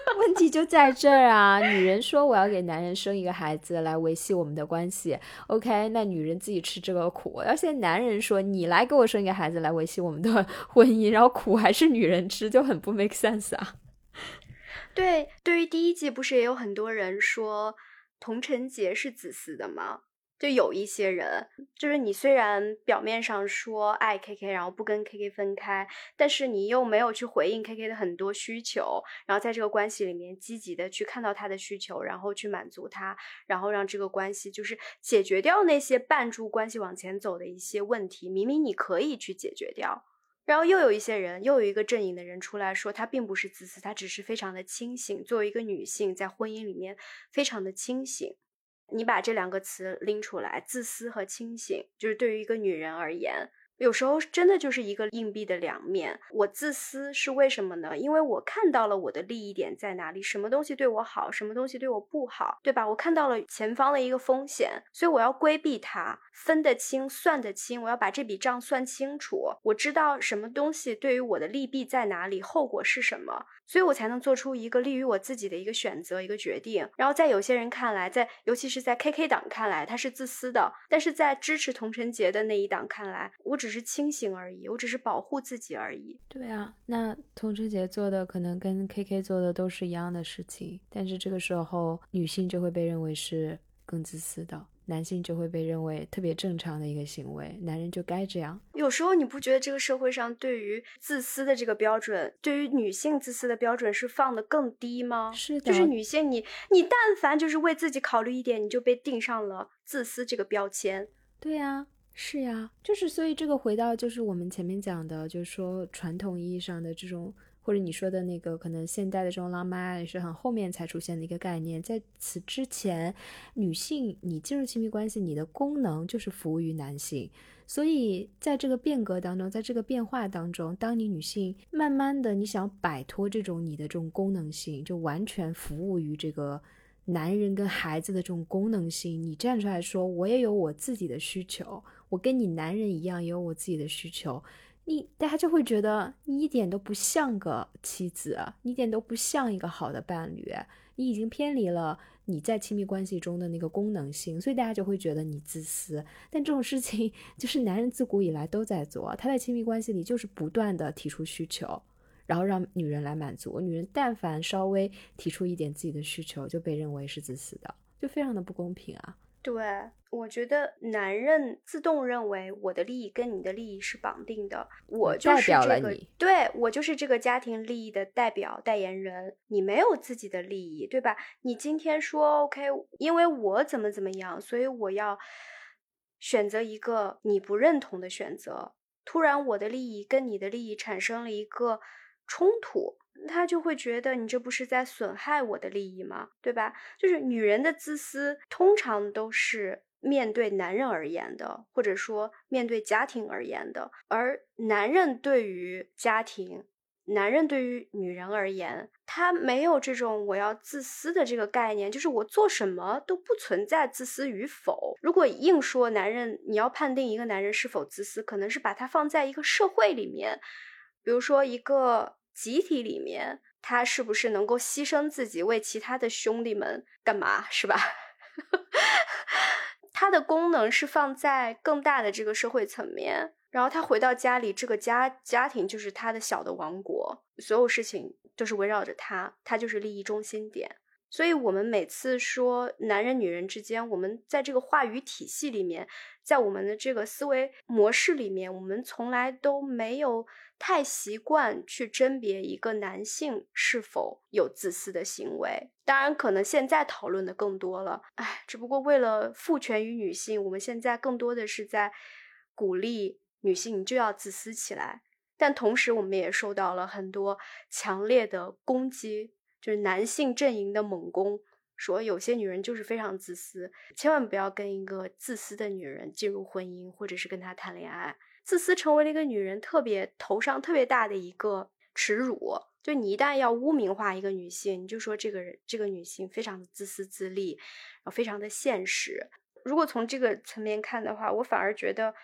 Speaker 2: 问题就在这儿啊！女人说我要给男人生一个孩子来维系我们的关系 ，OK， 那女人自己吃这个苦。而且男人说你来给我生一个孩子来维系我们的婚姻，然后苦还是女人吃，就很不 make sense 啊。
Speaker 1: 对，对于第一季不是也有很多人说童晨杰是自私的吗？就有一些人，就是你虽然表面上说爱 K K， 然后不跟 K K 分开，但是你又没有去回应 K K 的很多需求，然后在这个关系里面积极的去看到他的需求，然后去满足他，然后让这个关系就是解决掉那些绊住关系往前走的一些问题，明明你可以去解决掉。然后又有一些人，又有一个阵营的人出来说他并不是自私，他只是非常的清醒，作为一个女性在婚姻里面非常的清醒。你把这两个词拎出来，自私和清醒，就是对于一个女人而言，有时候真的就是一个硬币的两面。我自私是为什么呢？因为我看到了我的利益点在哪里，什么东西对我好，什么东西对我不好，对吧？我看到了前方的一个风险，所以我要规避它，分得清算得清，我要把这笔账算清楚，我知道什么东西对于我的利弊在哪里，后果是什么，所以我才能做出一个利于我自己的一个选择，一个决定。然后在有些人看来，在尤其是在 K K 党看来，他是自私的，但是在支持童晨杰的那一党看来，我只是清醒而已，我只是保护自己而已。
Speaker 2: 对啊，那童晨杰做的可能跟 K K 做的都是一样的事情，但是这个时候女性就会被认为是更自私的，男性就会被认为特别正常的一个行为，男人就该这样。
Speaker 1: 有时候你不觉得这个社会上对于自私的这个标准，对于女性自私的标准是放得更低吗？
Speaker 2: 是的，
Speaker 1: 就是女性你你但凡就是为自己考虑一点，你就被定上了自私这个标签。
Speaker 2: 对呀，是呀，就是所以这个回到就是我们前面讲的，就是说传统意义上的这种，或者你说的那个可能现代的这种浪漫爱是很后面才出现的一个概念。在此之前，女性你进入亲密关系，你的功能就是服务于男性，所以在这个变革当中，在这个变化当中，当你女性慢慢的你想摆脱这种你的这种功能性，就完全服务于这个男人跟孩子的这种功能性，你站出来说我也有我自己的需求，我跟你男人一样也有我自己的需求，你大家就会觉得你一点都不像个妻子，你一点都不像一个好的伴侣，你已经偏离了你在亲密关系中的那个功能性，所以大家就会觉得你自私。但这种事情就是男人自古以来都在做，他在亲密关系里就是不断的提出需求，然后让女人来满足，女人但凡稍微提出一点自己的需求就被认为是自私的，就非常的不公平啊。
Speaker 1: 对，我觉得男人自动认为我的利益跟你的利益是绑定的，我就是这个，对，我就是这个家庭利益的代表代言人，你没有自己的利益，对吧？你今天说 OK， 因为我怎么怎么样，所以我要选择一个你不认同的选择，突然我的利益跟你的利益产生了一个冲突，他就会觉得你这不是在损害我的利益吗？对吧？就是女人的自私通常都是面对男人而言的，或者说面对家庭而言的，而男人对于家庭，男人对于女人而言，他没有这种我要自私的这个概念，就是我做什么都不存在自私与否。如果硬说男人，你要判定一个男人是否自私，可能是把他放在一个社会里面，比如说一个集体里面，他是不是能够牺牲自己为其他的兄弟们干嘛，是吧？他的功能是放在更大的这个社会层面，然后他回到家里，这个家家庭就是他的小的王国，所有事情都是围绕着他，他就是利益中心点。所以我们每次说男人女人之间，我们在这个话语体系里面，在我们的这个思维模式里面，我们从来都没有太习惯去甄别一个男性是否有自私的行为。当然可能现在讨论的更多了，哎，只不过为了父权于女性，我们现在更多的是在鼓励女性你就要自私起来，但同时我们也受到了很多强烈的攻击，就是男性阵营的猛攻，说有些女人就是非常自私，千万不要跟一个自私的女人进入婚姻，或者是跟她谈恋爱。自私成为了一个女人特别头上特别大的一个耻辱，就你一旦要污名化一个女性，你就说这个人这个女性非常的自私自利，然后非常的现实。如果从这个层面看的话，我反而觉得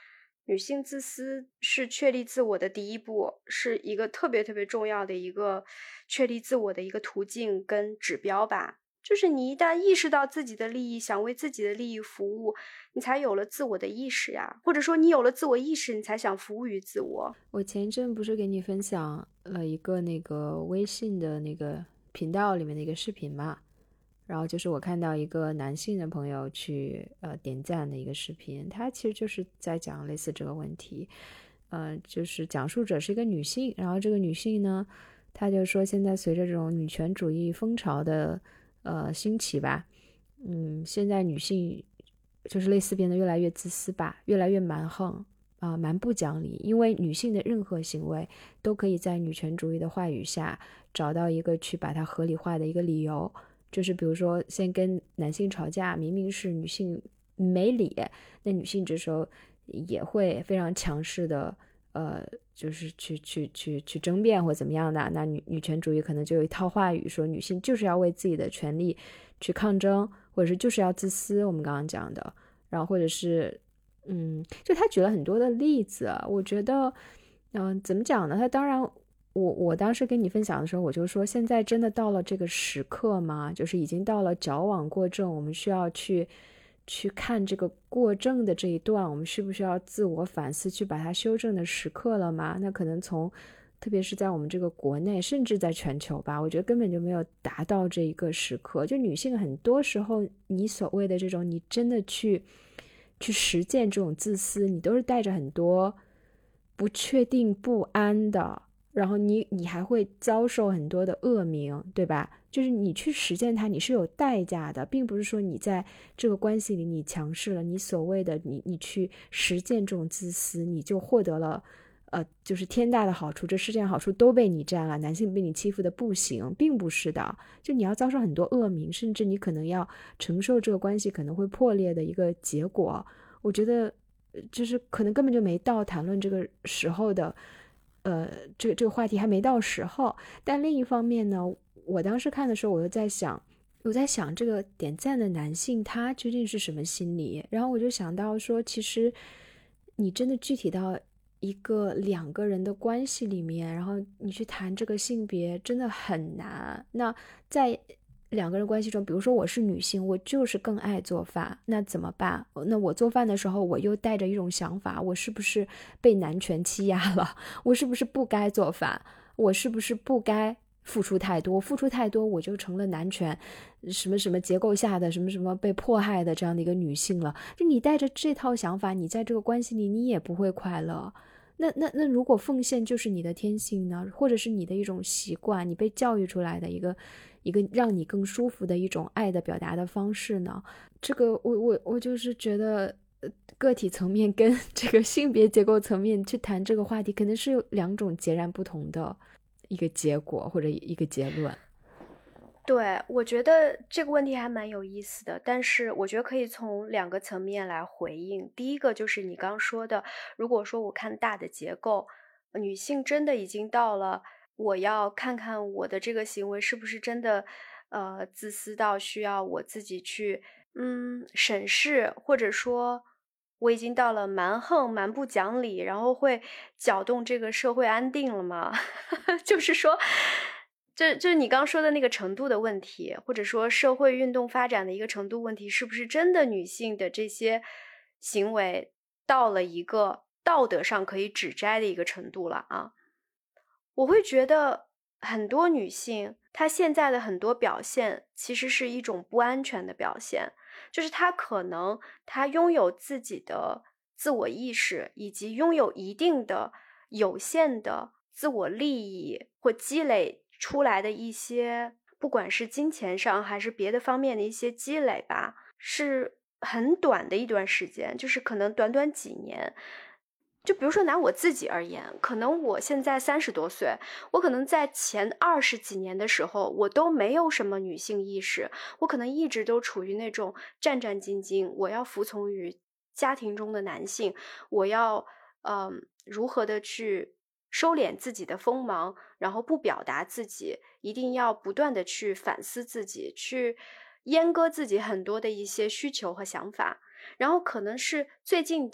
Speaker 1: 女性自私是确立自我的第一步，是一个特别特别重要的一个确立自我的一个途径跟指标吧。就是你一旦意识到自己的利益，想为自己的利益服务，你才有了自我的意识呀，或者说你有了自我意识，你才想服务于自我。
Speaker 2: 我前一阵不是给你分享了一个那个微信的那个频道里面的一个视频嘛，然后就是我看到一个男性的朋友去呃点赞的一个视频，他其实就是在讲类似这个问题，呃，就是讲述者是一个女性，然后这个女性呢，她就说现在随着这种女权主义风潮的呃兴起吧，嗯，现在女性就是类似变得越来越自私吧，越来越蛮横啊、呃，蛮不讲理，因为女性的任何行为都可以在女权主义的话语下找到一个去把它合理化的一个理由。就是比如说先跟男性吵架，明明是女性没理，那女性这时候也会非常强势的呃，就是去去去去争辩或怎么样的，那女女权主义可能就有一套话语说女性就是要为自己的权利去抗争，或者是就是要自私，我们刚刚讲的，然后或者是嗯，就他举了很多的例子，我觉得嗯、呃，怎么讲呢，他当然我我当时跟你分享的时候，我就说现在真的到了这个时刻吗？就是已经到了矫枉过正，我们需要去去看这个过正的这一段，我们需不需要自我反思，去把它修正的时刻了吗？那可能从特别是在我们这个国内，甚至在全球吧，我觉得根本就没有达到这一个时刻。就女性很多时候，你所谓的这种，你真的去去实践这种自私，你都是带着很多不确定、不安的。然后你你还会遭受很多的恶名，对吧？就是你去实践它，你是有代价的，并不是说你在这个关系里你强势了，你所谓的你你去实践这种自私，你就获得了呃就是天大的好处，这世界上好处都被你占了，男性被你欺负的不行，并不是的，就你要遭受很多恶名，甚至你可能要承受这个关系可能会破裂的一个结果。我觉得就是可能根本就没到谈论这个时候的。呃，这个这个话题还没到时候，但另一方面呢，我当时看的时候，我又在想，我在想这个点赞的男性他究竟是什么心理？然后我就想到说，其实你真的具体到一个两个人的关系里面，然后你去谈这个性别，真的很难。那在两个人关系中，比如说我是女性，我就是更爱做饭，那怎么办？那我做饭的时候，我又带着一种想法，我是不是被男权欺压了？我是不是不该做饭？我是不是不该付出太多？付出太多，我就成了男权什么什么结构下的什么什么被迫害的这样的一个女性了？就你带着这套想法，你在这个关系里，你也不会快乐。那那那，如果奉献就是你的天性呢，或者是你的一种习惯，你被教育出来的一个一个让你更舒服的一种爱的表达的方式呢？这个我我我就是觉得，个体层面跟这个性别结构层面去谈这个话题，可能是有两种截然不同的一个结果或者一个结论。
Speaker 1: 对，我觉得这个问题还蛮有意思的，但是我觉得可以从两个层面来回应。第一个就是你刚说的，如果说我看大的结构，女性真的已经到了我要看看我的这个行为是不是真的呃自私到需要我自己去嗯审视，或者说我已经到了蛮横蛮不讲理，然后会搅动这个社会安定了吗？就是说这就是你刚说的那个程度的问题，或者说社会运动发展的一个程度问题，是不是真的女性的这些行为到了一个道德上可以指摘的一个程度了啊？我会觉得很多女性她现在的很多表现其实是一种不安全的表现，就是她可能她拥有自己的自我意识，以及拥有一定的有限的自我利益或积累出来的一些，不管是金钱上还是别的方面的一些积累吧，是很短的一段时间，就是可能短短几年。就比如说拿我自己而言，可能我现在三十多岁，我可能在前二十几年的时候，我都没有什么女性意识，我可能一直都处于那种战战兢兢，我要服从于家庭中的男性，我要嗯、呃、如何的去收敛自己的锋芒，然后不表达自己，一定要不断的去反思自己，去阉割自己很多的一些需求和想法。然后可能是最近的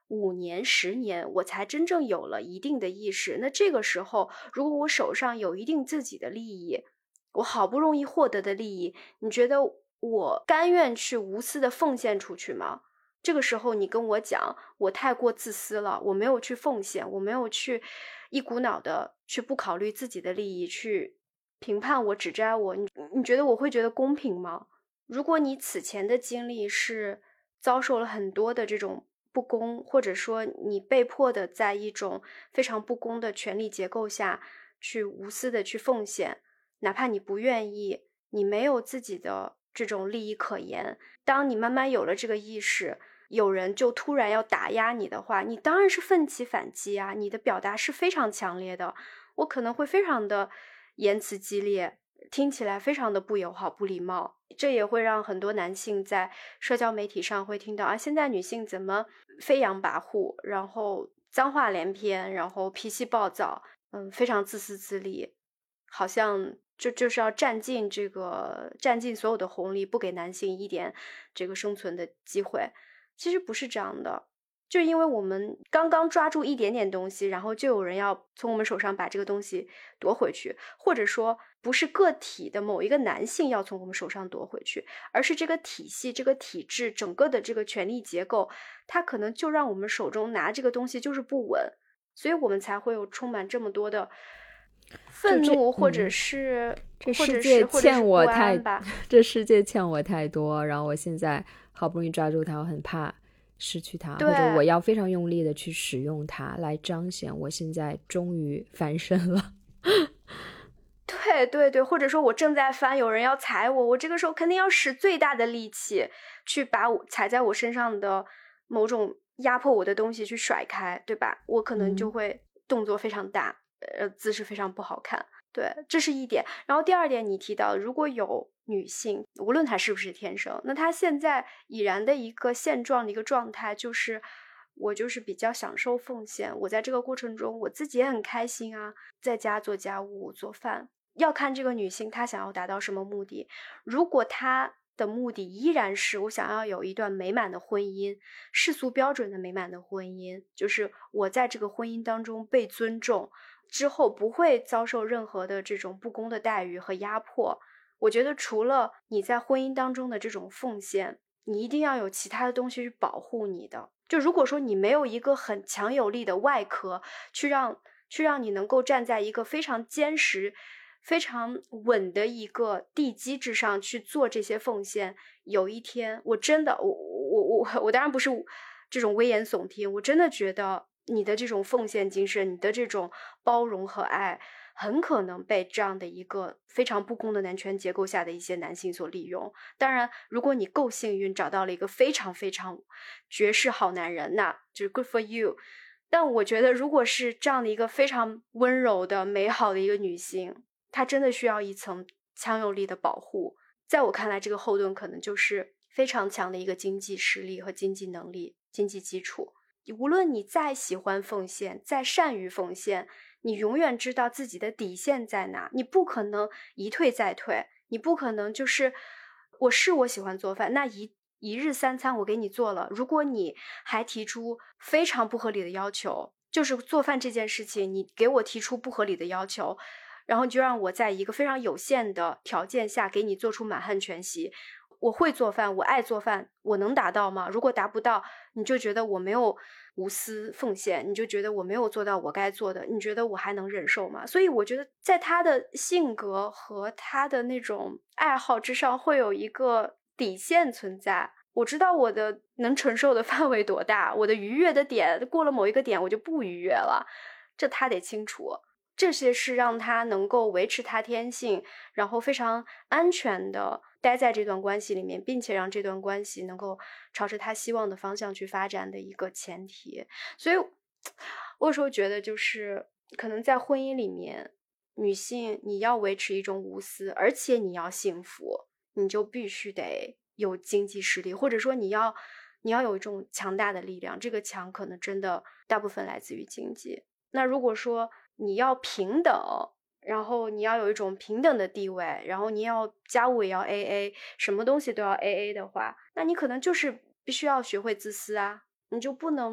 Speaker 1: 五年十年我才真正有了一定的意识。那这个时候如果我手上有一定自己的利益，我好不容易获得的利益，你觉得我甘愿去无私的奉献出去吗？这个时候你跟我讲我太过自私了，我没有去奉献，我没有去一股脑的去不考虑自己的利益，去评判我指摘我，你你觉得我会觉得公平吗？如果你此前的经历是遭受了很多的这种不公，或者说你被迫的在一种非常不公的权力结构下去无私的去奉献，哪怕你不愿意，你没有自己的这种利益可言，当你慢慢有了这个意识，有人就突然要打压你的话，你当然是奋起反击啊，你的表达是非常强烈的，我可能会非常的言辞激烈，听起来非常的不友好不礼貌，这也会让很多男性在社交媒体上会听到啊，现在女性怎么飞扬跋扈，然后脏话连篇，然后脾气暴躁，嗯，非常自私自利，好像就就是要占尽这个占尽所有的红利，不给男性一点这个生存的机会。其实不是这样的，就因为我们刚刚抓住一点点东西，然后就有人要从我们手上把这个东西夺回去，或者说不是个体的某一个男性要从我们手上夺回去，而是这个体系这个体制整个的这个权力结构，它可能就让我们手中拿这个东西就是不稳，所以我们才会有充满这么多的愤怒，或者是、嗯、
Speaker 2: 这世界欠我太
Speaker 1: 吧
Speaker 2: 这世界欠我太多，然后我现在好不容易抓住它，我很怕失去它，或者我要非常用力的去使用它来彰显我现在终于翻身了。
Speaker 1: 对对对，或者说我正在翻，有人要踩我，我这个时候肯定要使最大的力气去把我踩在我身上的某种压迫我的东西去甩开，对吧？我可能就会动作非常大、嗯、呃，姿势非常不好看。对，这是一点。然后第二点你提到，如果有女性，无论她是不是天生，那她现在已然的一个现状的一个状态就是我就是比较享受奉献，我在这个过程中我自己也很开心啊，在家做家务做饭，要看这个女性她想要达到什么目的。如果她的目的依然是我想要有一段美满的婚姻，世俗标准的美满的婚姻，就是我在这个婚姻当中被尊重之后不会遭受任何的这种不公的待遇和压迫，我觉得除了你在婚姻当中的这种奉献，你一定要有其他的东西去保护你的。就如果说你没有一个很强有力的外壳去让去让你能够站在一个非常坚实非常稳的一个地基之上去做这些奉献，有一天我真的我我我我当然不是这种危言耸听，我真的觉得你的这种奉献精神，你的这种包容和爱很可能被这样的一个非常不公的男权结构下的一些男性所利用。当然如果你够幸运找到了一个非常非常绝世好男人，那就是 good for you。 但我觉得如果是这样的一个非常温柔的美好的一个女性，她真的需要一层强有力的保护。在我看来，这个后盾可能就是非常强的一个经济实力和经济能力经济基础。无论你再喜欢奉献再善于奉献，你永远知道自己的底线在哪，你不可能一退再退，你不可能就是我是我喜欢做饭，那一一日三餐我给你做了，如果你还提出非常不合理的要求，就是做饭这件事情你给我提出不合理的要求，然后就让我在一个非常有限的条件下给你做出满汉全席。我会做饭，我爱做饭，我能达到吗？如果达不到，你就觉得我没有无私奉献，你就觉得我没有做到我该做的，你觉得我还能忍受吗？所以我觉得在他的性格和他的那种爱好之上会有一个底线存在。我知道我的能承受的范围多大，我的愉悦的点过了某一个点我就不愉悦了，这他得清楚。这些是让他能够维持他天性，然后非常安全的待在这段关系里面，并且让这段关系能够朝着他希望的方向去发展的一个前提。所以我有时候觉得就是可能在婚姻里面，女性你要维持一种无私，而且你要幸福，你就必须得有经济实力，或者说你要你要有一种强大的力量，这个强可能真的大部分来自于经济。那如果说你要平等，然后你要有一种平等的地位，然后你要家务也要 A A， 什么东西都要 A A 的话，那你可能就是必须要学会自私啊，你就不能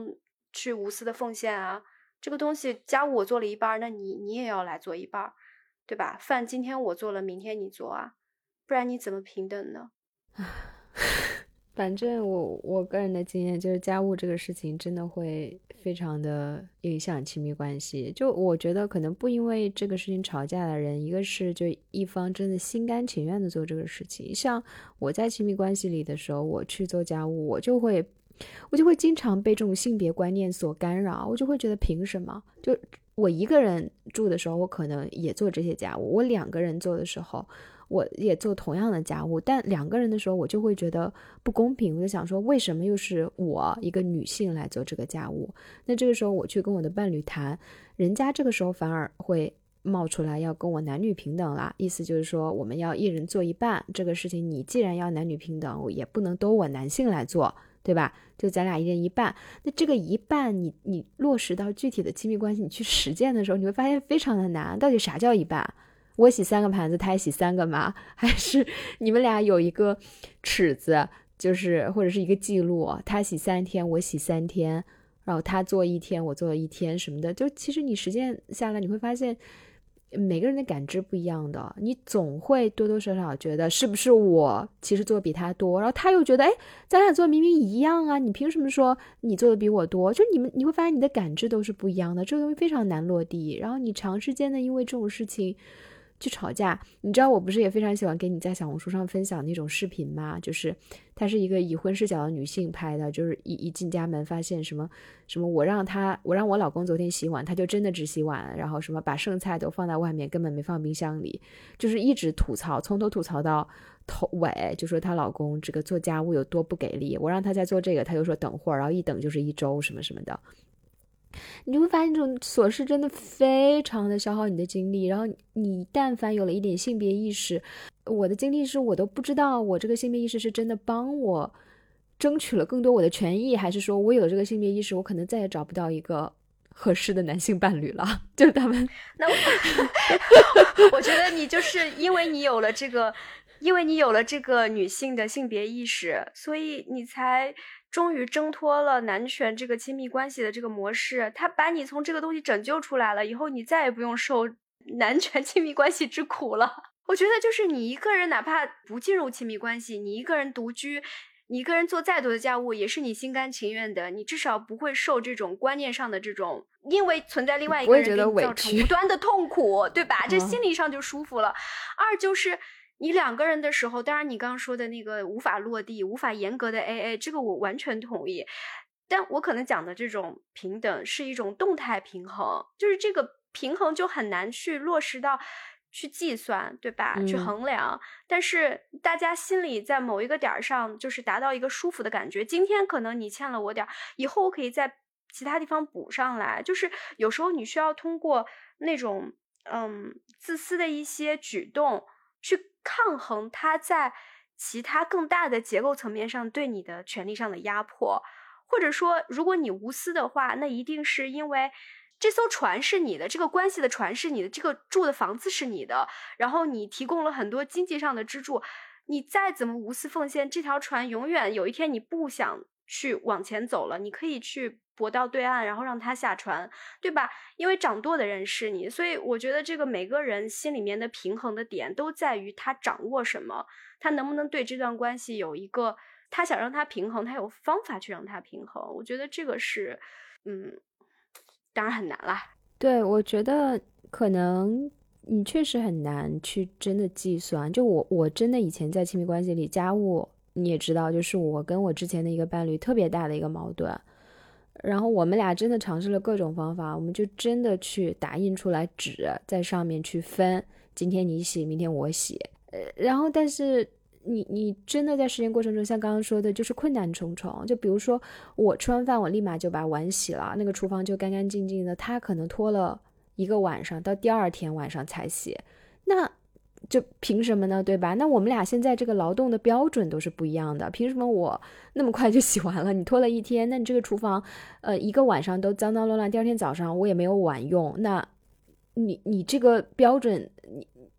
Speaker 1: 去无私的奉献啊。这个东西家务我做了一半，那你你也要来做一半，对吧？饭今天我做了，明天你做啊，不然你怎么平等呢？
Speaker 2: 反正我我个人的经验就是家务这个事情真的会非常的影响亲密关系。就我觉得可能不因为这个事情吵架的人，一个是就一方真的心甘情愿的做这个事情。像我在亲密关系里的时候，我去做家务，我就会我就会经常被这种性别观念所干扰，我就会觉得凭什么？就我一个人住的时候，我可能也做这些家务，我两个人做的时候我也做同样的家务，但两个人的时候我就会觉得不公平，我就想说为什么又是我一个女性来做这个家务。那这个时候我去跟我的伴侣谈，人家这个时候反而会冒出来要跟我男女平等啦，意思就是说我们要一人做一半，这个事情你既然要男女平等，也不能都我男性来做，对吧？就咱俩一人一半。那这个一半你你落实到具体的亲密关系，你去实践的时候，你会发现非常的难。到底啥叫一半？我洗三个盘子，他也洗三个吗？还是你们俩有一个尺子，就是或者是一个记录，他洗三天，我洗三天，然后他做一天，我做了一天什么的。就其实你实践下来，你会发现每个人的感知不一样的，你总会多多少少觉得是不是我其实做的比他多，然后他又觉得哎，咱俩做的明明一样啊，你凭什么说你做的比我多？就你们你会发现你的感知都是不一样的，这个东西非常难落地。然后你长时间的因为这种事情去吵架，你知道我不是也非常喜欢给你在小红书上分享那种视频吗？就是她是一个已婚视角的女性拍的，就是一一进家门发现什么什么我让他我让我老公昨天洗碗，他就真的只洗碗，然后什么把剩菜都放在外面，根本没放冰箱里，就是一直吐槽，从头吐槽到头尾，就说她老公这个做家务有多不给力，我让他在做这个，他就说等会儿，然后一等就是一周什么什么的。你就会发现这种琐事真的非常的消耗你的精力，然后你但凡有了一点性别意识，我的经历是我都不知道我这个性别意识是真的帮我争取了更多我的权益，还是说我有这个性别意识我可能再也找不到一个合适的男性伴侣了，就是他们
Speaker 1: 那我我觉得你就是因为你有了这个因为你有了这个女性的性别意识，所以你才终于挣脱了男权这个亲密关系的这个模式，他把你从这个东西拯救出来了，以后你再也不用受男权亲密关系之苦了。我觉得就是你一个人哪怕不进入亲密关系，你一个人独居，你一个人做再多的家务也是你心甘情愿的，你至少不会受这种观念上的这种因为存在另外一个人给你造成无端的痛苦，对吧？这心理上就舒服了。二就是你两个人的时候，当然你刚刚说的那个无法落地无法严格的 A A， 这个我完全同意，但我可能讲的这种平等是一种动态平衡，就是这个平衡就很难去落实到去计算，对吧？
Speaker 2: 嗯、
Speaker 1: 去衡量，但是大家心里在某一个点上就是达到一个舒服的感觉，今天可能你欠了我点，以后我可以在其他地方补上来，就是有时候你需要通过那种嗯自私的一些举动去抗衡他在其他更大的结构层面上对你的权利上的压迫，或者说如果你无私的话，那一定是因为这艘船是你的，这个关系的船是你的，这个住的房子是你的，然后你提供了很多经济上的支柱，你再怎么无私奉献，这条船永远有一天你不想去往前走了，你可以去泊到对岸，然后让他下船，对吧？因为掌舵的人是你，所以我觉得这个每个人心里面的平衡的点都在于他掌握什么，他能不能对这段关系有一个他想让他平衡，他有方法去让他平衡，我觉得这个是嗯当然很难啦。
Speaker 2: 对，我觉得可能你确实很难去真的计算，就我我真的以前在亲密关系里家务你也知道，就是我跟我之前的一个伴侣特别大的一个矛盾，然后我们俩真的尝试了各种方法，我们就真的去打印出来纸在上面去分，今天你洗明天我洗，呃，然后但是你你真的在实践过程中像刚刚说的就是困难重重，就比如说我吃完饭我立马就把碗洗了，那个厨房就干干净净的，他可能拖了一个晚上到第二天晚上才洗，那就凭什么呢，对吧？那我们俩现在这个劳动的标准都是不一样的，凭什么我那么快就洗完了，你拖了一天，那你这个厨房呃一个晚上都脏脏乱乱，第二天早上我也没有碗用，那你你这个标准你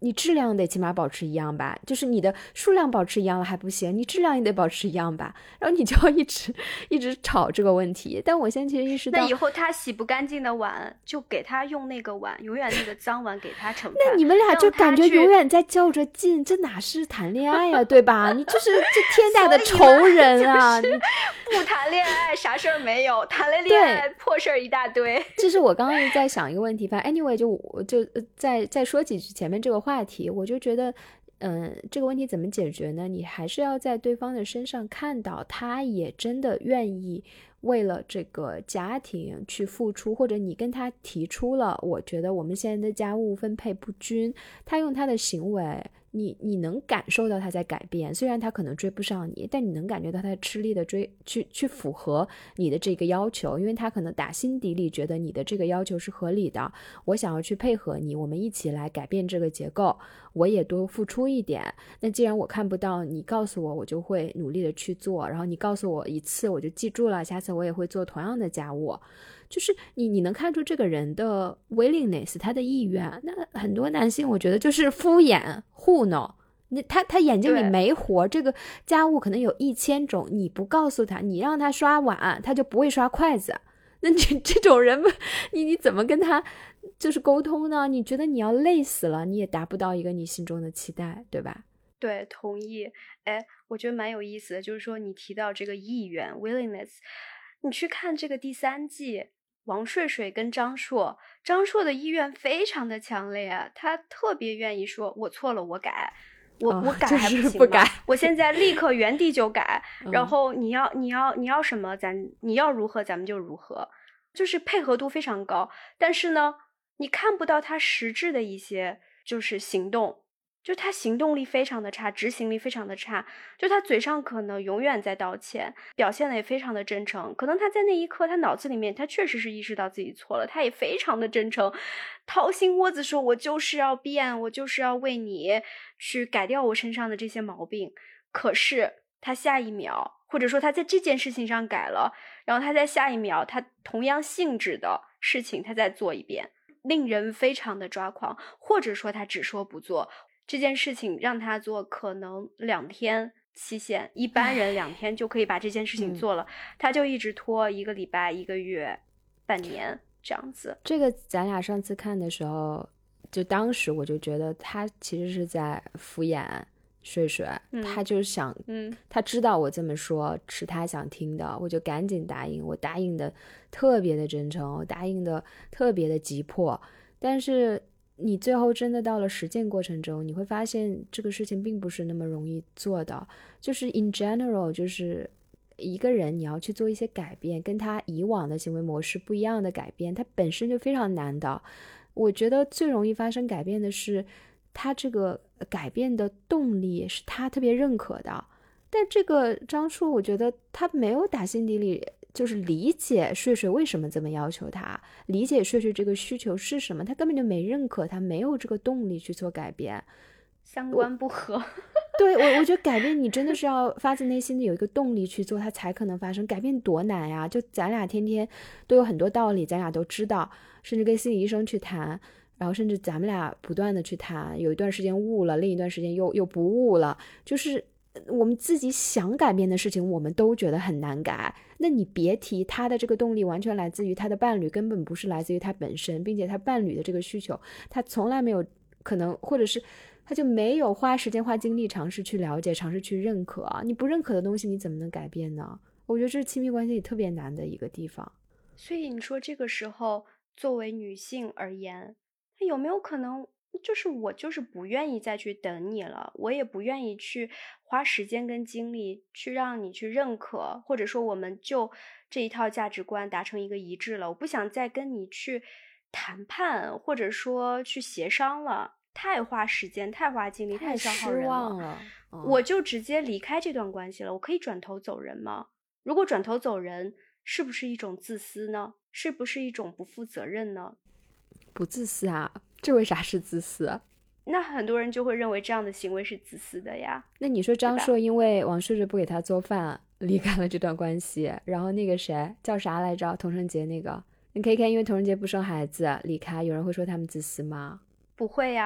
Speaker 2: 你质量得起码保持一样吧，就是你的数量保持一样了还不行，你质量也得保持一样吧，然后你就要一直一直吵这个问题。但我现在其实意识到，
Speaker 1: 那以后他洗不干净的碗就给他用那个碗，永远那个脏碗给他盛饭。
Speaker 2: 那你们俩就感觉永远在较着劲，这哪是谈恋爱呀，对吧？你就是这天大的仇人啊！你
Speaker 1: 不谈恋爱啥事儿没有，谈了恋爱破事儿一大堆。
Speaker 2: 这是我刚刚在想一个问题，反正 anyway 就我就再再说几句前面这个话题，我就觉得嗯，这个问题怎么解决呢？你还是要在对方的身上看到他也真的愿意为了这个家庭去付出，或者你跟他提出了我觉得我们现在的家务分配不均，他用他的行为你你能感受到他在改变，虽然他可能追不上你，但你能感觉到他吃力的追去去符合你的这个要求，因为他可能打心底里觉得你的这个要求是合理的，我想要去配合你，我们一起来改变这个结构，我也多付出一点，那既然我看不到，你告诉我我就会努力的去做，然后你告诉我一次我就记住了，下次我也会做同样的家务，就是你你能看出这个人的 willingness 他的意愿。那很多男性我觉得就是敷衍糊弄，他他眼睛里没活，这个家务可能有一千种，你不告诉他，你让他刷碗他就不会刷筷子，那你这种人你你怎么跟他就是沟通呢？你觉得你要累死了，你也达不到一个你心中的期待，对吧？
Speaker 1: 对，同意。哎，我觉得蛮有意思的，就是说你提到这个意愿 willingness， 你去看这个第三季王睡睡跟张硕，张硕的意愿非常的强烈啊，他特别愿意说我错了我改，我、哦、我改还不行吗？
Speaker 2: 不改，
Speaker 1: 我现在立刻原地就改、嗯、然后你要你要你要什么咱你要如何咱们就如何，就是配合度非常高，但是呢你看不到他实质的一些就是行动，就他行动力非常的差，执行力非常的差，就他嘴上可能永远在道歉，表现的也非常的真诚，可能他在那一刻他脑子里面他确实是意识到自己错了，他也非常的真诚，掏心窝子说我就是要变，我就是要为你去改掉我身上的这些毛病，可是他下一秒或者说他在这件事情上改了，然后他在下一秒他同样性质的事情他再做一遍，令人非常的抓狂，或者说他只说不做，这件事情让他做可能两天期限，一般人两天就可以把这件事情做了、嗯、他就一直拖一个礼拜一个月半年这样子。
Speaker 2: 这个咱俩上次看的时候，就当时我就觉得他其实是在敷衍睡睡、嗯、他就想嗯，他知道我这么说是他想听的，我就赶紧答应，我答应的特别的真诚，我答应的特别的急迫，但是你最后真的到了实践过程中，你会发现这个事情并不是那么容易做的，就是 in general 就是一个人你要去做一些改变，跟他以往的行为模式不一样的改变，它本身就非常难的。我觉得最容易发生改变的是他这个改变的动力是他特别认可的，但这个张硕我觉得他没有打心底里就是理解睡睡为什么这么要求他，理解睡睡这个需求是什么，他根本就没认可，他没有这个动力去做改变，
Speaker 1: 相关不合。
Speaker 2: 对，我我觉得改变你真的是要发自内心的有一个动力去做，它才可能发生。改变多难呀！就咱俩天天都有很多道理，咱俩都知道，甚至跟心理医生去谈，然后甚至咱们俩不断的去谈，有一段时间悟了，另一段时间又又不悟了，就是我们自己想改变的事情我们都觉得很难改，那你别提他的这个动力完全来自于他的伴侣，根本不是来自于他本身，并且他伴侣的这个需求他从来没有可能，或者是他就没有花时间花精力尝试去了解，尝试去认可，你不认可的东西你怎么能改变呢？我觉得这是亲密关系里特别难的一个地方。
Speaker 1: 所以你说这个时候作为女性而言，有没有可能就是我就是不愿意再去等你了，我也不愿意去花时间跟精力去让你去认可，或者说我们就这一套价值观达成一个一致了，我不想再跟你去谈判或者说去协商了，太花时间太花精力太消耗人了，
Speaker 2: 太失望了、
Speaker 1: 嗯、我就直接离开这段关系了，我可以转头走人吗？如果转头走人是不是一种自私呢？是不是一种不负责任呢？
Speaker 2: 不自私啊，这为啥是自私啊？
Speaker 1: 那很多人就会认为这样的行为是自私的呀。
Speaker 2: 那你说张硕因为王睡睡不给他做饭离开了这段关系，然后那个谁叫啥来着，童承杰那个，你可以看因为童承杰不生孩子离开，有人会说他们自私吗？
Speaker 1: 不会呀。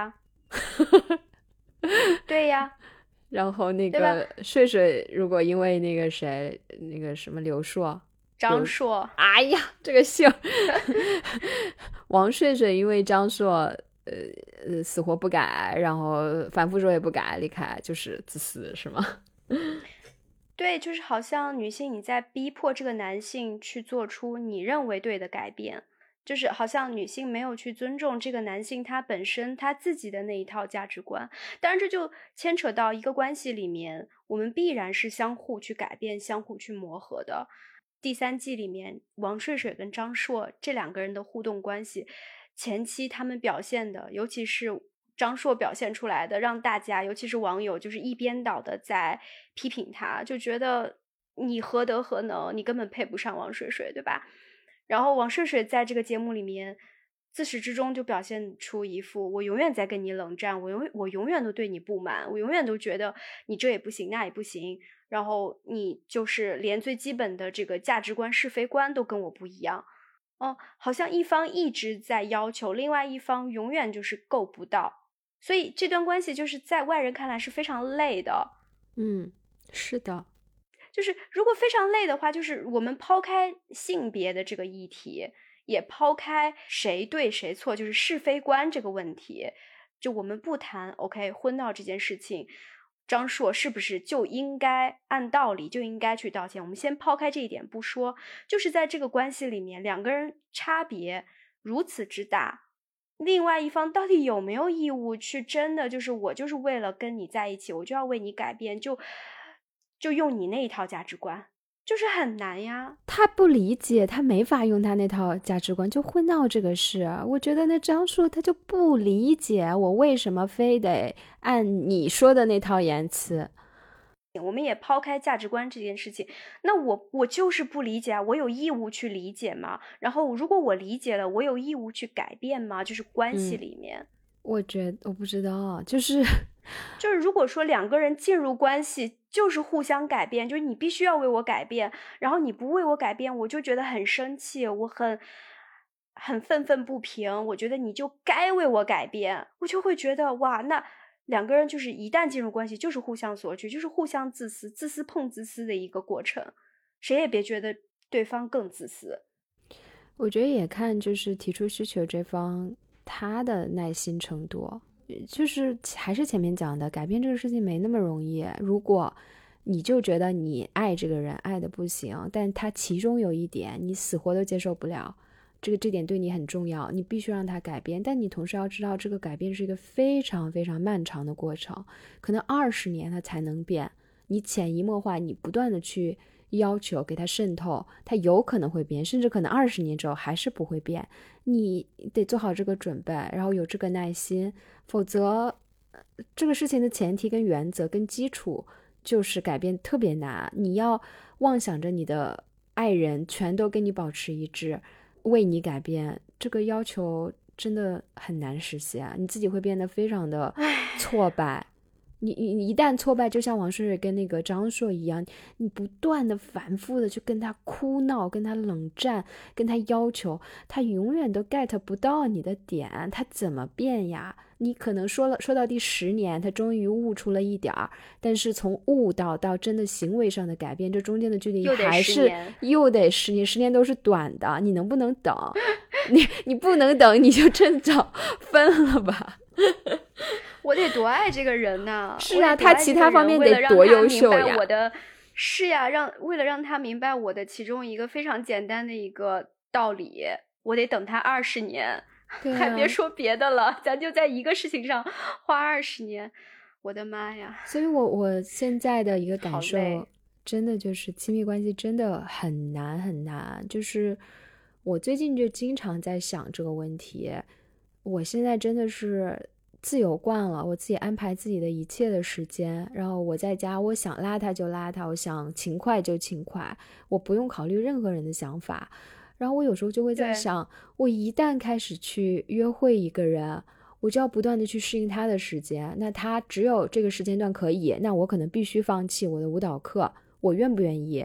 Speaker 1: 对呀。
Speaker 2: 然后那个睡睡如果因为那个谁那个什么刘硕
Speaker 1: 张硕，
Speaker 2: 哎呀这个姓王睡睡因为张硕呃呃死活不改，然后反复说也不改离开，就是自私是吗？
Speaker 1: 对，就是好像女性你在逼迫这个男性去做出你认为对的改变，就是好像女性没有去尊重这个男性他本身他自己的那一套价值观。当然这就牵扯到一个关系里面，我们必然是相互去改变，相互去磨合的。第三季里面王睡睡跟张硕这两个人的互动关系，前期他们表现的，尤其是张硕表现出来的，让大家尤其是网友就是一边倒的在批评他，就觉得你何德何能，你根本配不上王睡睡，对吧？然后王睡睡在这个节目里面自始至终就表现出一副我永远在跟你冷战，我永我永远都对你不满，我永远都觉得你这也不行那也不行，然后你就是连最基本的这个价值观是非观都跟我不一样。哦，好像一方一直在要求，另外一方永远就是够不到，所以这段关系就是在外人看来是非常累的。
Speaker 2: 嗯，是的。
Speaker 1: 就是如果非常累的话，就是我们抛开性别的这个议题，也抛开谁对谁错，就是是非观这个问题，就我们不谈 OK 婚闹这件事情，张硕是不是就应该按道理就应该去道歉，我们先抛开这一点不说，就是在这个关系里面两个人差别如此之大，另外一方到底有没有义务去真的就是我就是为了跟你在一起，我就要为你改变，就就用你那一套价值观，就是很难呀。
Speaker 2: 他不理解，他没法用他那套价值观，就婚闹这个事，我觉得那张硕他就不理解我为什么非得按你说的那套言辞。
Speaker 1: 我们也抛开价值观这件事情，那我我就是不理解啊，我有义务去理解吗？然后如果我理解了，我有义务去改变吗？就是关系里面、嗯、
Speaker 2: 我觉得我不知道，就是
Speaker 1: 就是如果说两个人进入关系就是互相改变，就是你必须要为我改变，然后你不为我改变，我就觉得很生气，我很很愤愤不平，我觉得你就该为我改变，我就会觉得哇，那两个人就是一旦进入关系就是互相索取，就是互相自私，自私碰自私的一个过程，谁也别觉得对方更自私。
Speaker 2: 我觉得也看就是提出需求这方他的耐心程度，就是还是前面讲的，改变这个事情没那么容易。如果你就觉得你爱这个人爱的不行，但他其中有一点你死活都接受不了，这个这点对你很重要，你必须让他改变，但你同时要知道这个改变是一个非常非常漫长的过程，可能二十年他才能变，你潜移默化，你不断的去要求给他渗透，他有可能会变，甚至可能二十年之后还是不会变，你得做好这个准备，然后有这个耐心，否则这个事情的前提跟原则跟基础就是改变特别难，你要妄想着你的爱人全都跟你保持一致为你改变，这个要求真的很难实现，你自己会变得非常的挫败。你你一旦挫败，就像王睡睡跟那个张硕一样，你不断的反复的去跟他哭闹，跟他冷战，跟他要求，他永远都 get 不到你的点，他怎么变呀？你可能说了说到第十年，他终于悟出了一点儿，但是从悟到到真的行为上的改变，这中间的距离还是又得十年，十年都是短的，你能不能等？你你不能等，你就趁早分了吧。
Speaker 1: 我得多爱这个人呐！
Speaker 2: 是啊，他其他方面得多优秀呀！
Speaker 1: 我的是呀，让为了让他明白我的其中一个非常简单的一个道理，我得等他二十年，
Speaker 2: 啊、
Speaker 1: 还别说别的了，咱就在一个事情上花二十年，我的妈呀！
Speaker 2: 所以我我现在的一个感受，真的就是亲密关系真的很难很难，就是我最近就经常在想这个问题，我现在真的是自由惯了，我自己安排自己的一切的时间，然后我在家我想邋遢就邋遢，我想勤快就勤快，我不用考虑任何人的想法。然后我有时候就会在想，我一旦开始去约会一个人，我就要不断的去适应他的时间，那他只有这个时间段可以，那我可能必须放弃我的舞蹈课，我愿不愿意？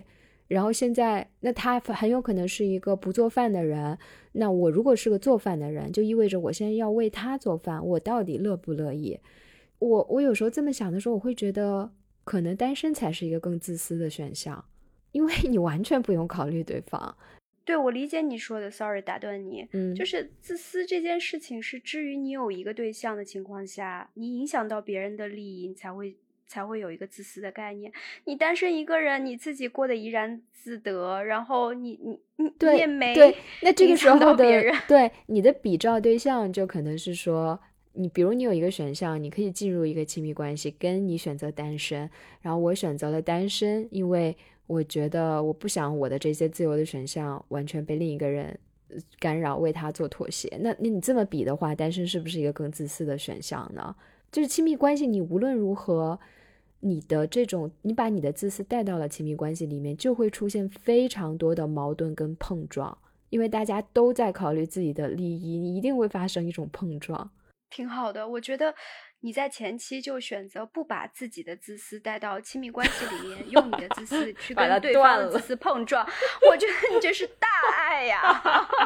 Speaker 2: 然后现在那他很有可能是一个不做饭的人，那我如果是个做饭的人，就意味着我现在要为他做饭，我到底乐不乐意？我我有时候这么想的时候，我会觉得可能单身才是一个更自私的选项，因为你完全不用考虑对方。
Speaker 1: 对，我理解你说的 sorry 打断你，
Speaker 2: 嗯，
Speaker 1: 就是自私这件事情是至于你有一个对象的情况下，你影响到别人的利益，你才会才会有一个自私的概念。你单身一个人，你自己过得怡然自得，然后你你你你也没
Speaker 2: 对，那这个时候的
Speaker 1: 别人
Speaker 2: 对你的比照对象就可能是说，你比如你有一个选项，你可以进入一个亲密关系，跟你选择单身，然后我选择了单身，因为我觉得我不想我的这些自由的选项完全被另一个人干扰，为他做妥协。那那你这么比的话，单身是不是一个更自私的选项呢？就是亲密关系，你无论如何，你的这种你把你的自私带到了亲密关系里面，就会出现非常多的矛盾跟碰撞，因为大家都在考虑自己的利益，你一定会发生一种碰撞。
Speaker 1: 挺好的，我觉得你在前期就选择不把自己的自私带到亲密关系里面，用你的自私去跟对方的自私碰撞，我觉得你这是大爱呀。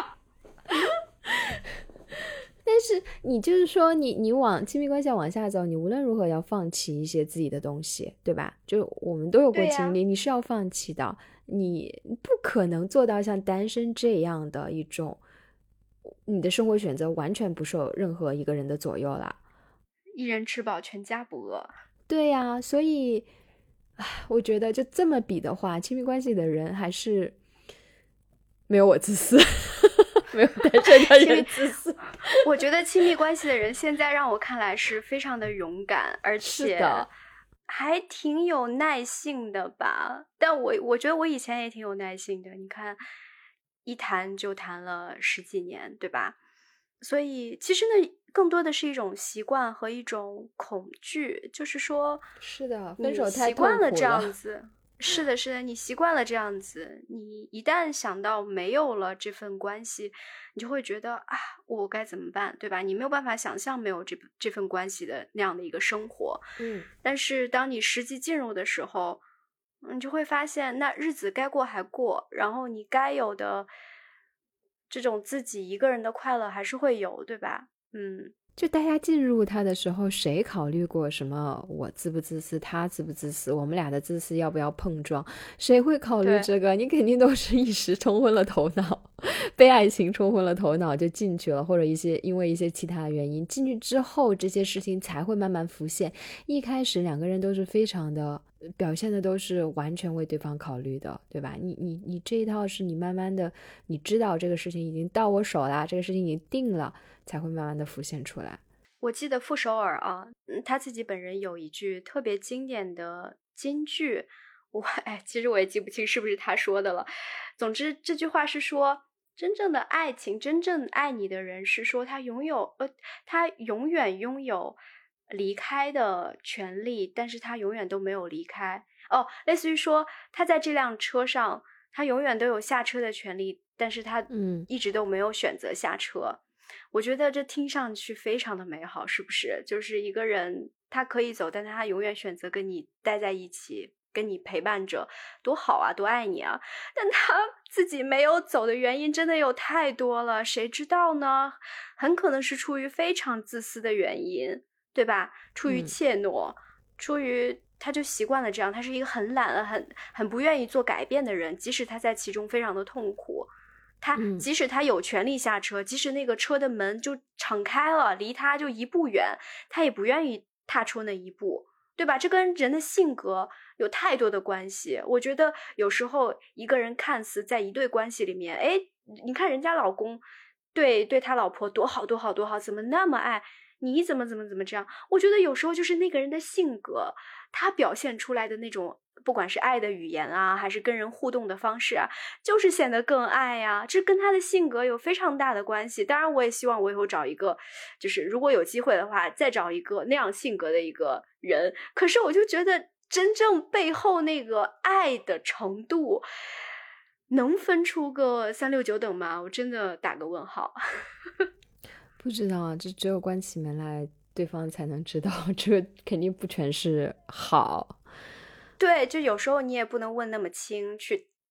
Speaker 2: 但是你就是说你你往亲密关系往下走，你无论如何要放弃一些自己的东西，对吧？就我们都有过经历，你是要放弃的，你不可能做到像单身这样的一种你的生活选择完全不受任何一个人的左右啦，
Speaker 1: 一人吃饱全家不饿。
Speaker 2: 对呀、啊，所以我觉得就这么比的话，亲密关系的人还是没有我自私没有单身的人自私
Speaker 1: 我觉得亲密关系的人现在让我看来是非常的勇敢，而且还挺有耐性的吧。但我我觉得我以前也挺有耐性的，你看一谈就谈了十几年，对吧？所以其实呢更多的是一种习惯和一种恐惧，就是说
Speaker 2: 是的，分手太
Speaker 1: 习惯
Speaker 2: 了
Speaker 1: 这样子。是的，是的，你习惯了这样子，你一旦想到没有了这份关系，你就会觉得啊，我该怎么办，对吧？你没有办法想象没有这这份关系的那样的一个生活。
Speaker 2: 嗯，
Speaker 1: 但是当你实际进入的时候，你就会发现，那日子该过还过，然后你该有的这种自己一个人的快乐还是会有，对吧？嗯。
Speaker 2: 就大家进入他的时候，谁考虑过什么我自不自私，他自不自私，我们俩的自私要不要碰撞？谁会考虑这个？你肯定都是一时冲昏了头脑，被爱情冲昏了头脑就进去了，或者一些因为一些其他的原因进去之后，这些事情才会慢慢浮现。一开始两个人都是非常的表现的都是完全为对方考虑的，对吧？你你你这一套是你慢慢的，你知道这个事情已经到我手了，这个事情已经定了，才会慢慢的浮现出来。
Speaker 1: 我记得傅首尔啊，他自己本人有一句特别经典的金句，我哎，其实我也记不清是不是他说的了。总之这句话是说，真正的爱情，真正爱你的人是说他拥有呃，他永远拥有离开的权利，但是他永远都没有离开。哦，类似于说他在这辆车上，他永远都有下车的权利，但是他
Speaker 2: 嗯
Speaker 1: 一直都没有选择下车。我觉得这听上去非常的美好，是不是？就是一个人他可以走，但他永远选择跟你待在一起，跟你陪伴着，多好啊，多爱你啊！但他自己没有走的原因真的有太多了，谁知道呢？很可能是出于非常自私的原因，对吧？出于怯懦，嗯、出于他就习惯了这样，他是一个很懒、很很不愿意做改变的人，即使他在其中非常的痛苦。他即使他有权利下车、嗯、即使那个车的门就敞开了，离他就一步远，他也不愿意踏出那一步，对吧？这跟人的性格有太多的关系。我觉得有时候一个人看似在一对关系里面，哎，你看人家老公对对他老婆多好多好多好，怎么那么爱你，怎么怎么怎么这样？我觉得有时候就是那个人的性格，他表现出来的那种不管是爱的语言啊，还是跟人互动的方式啊，就是显得更爱呀、啊。这跟他的性格有非常大的关系。当然我也希望我以后找一个，就是如果有机会的话再找一个那样性格的一个人。可是我就觉得真正背后那个爱的程度能分出个三六九等吗？我真的打个问号。
Speaker 2: 不知道啊，这只有关起门来对方才能知道，这个肯定不全是好。
Speaker 1: 对，就有时候你也不能问那么清，去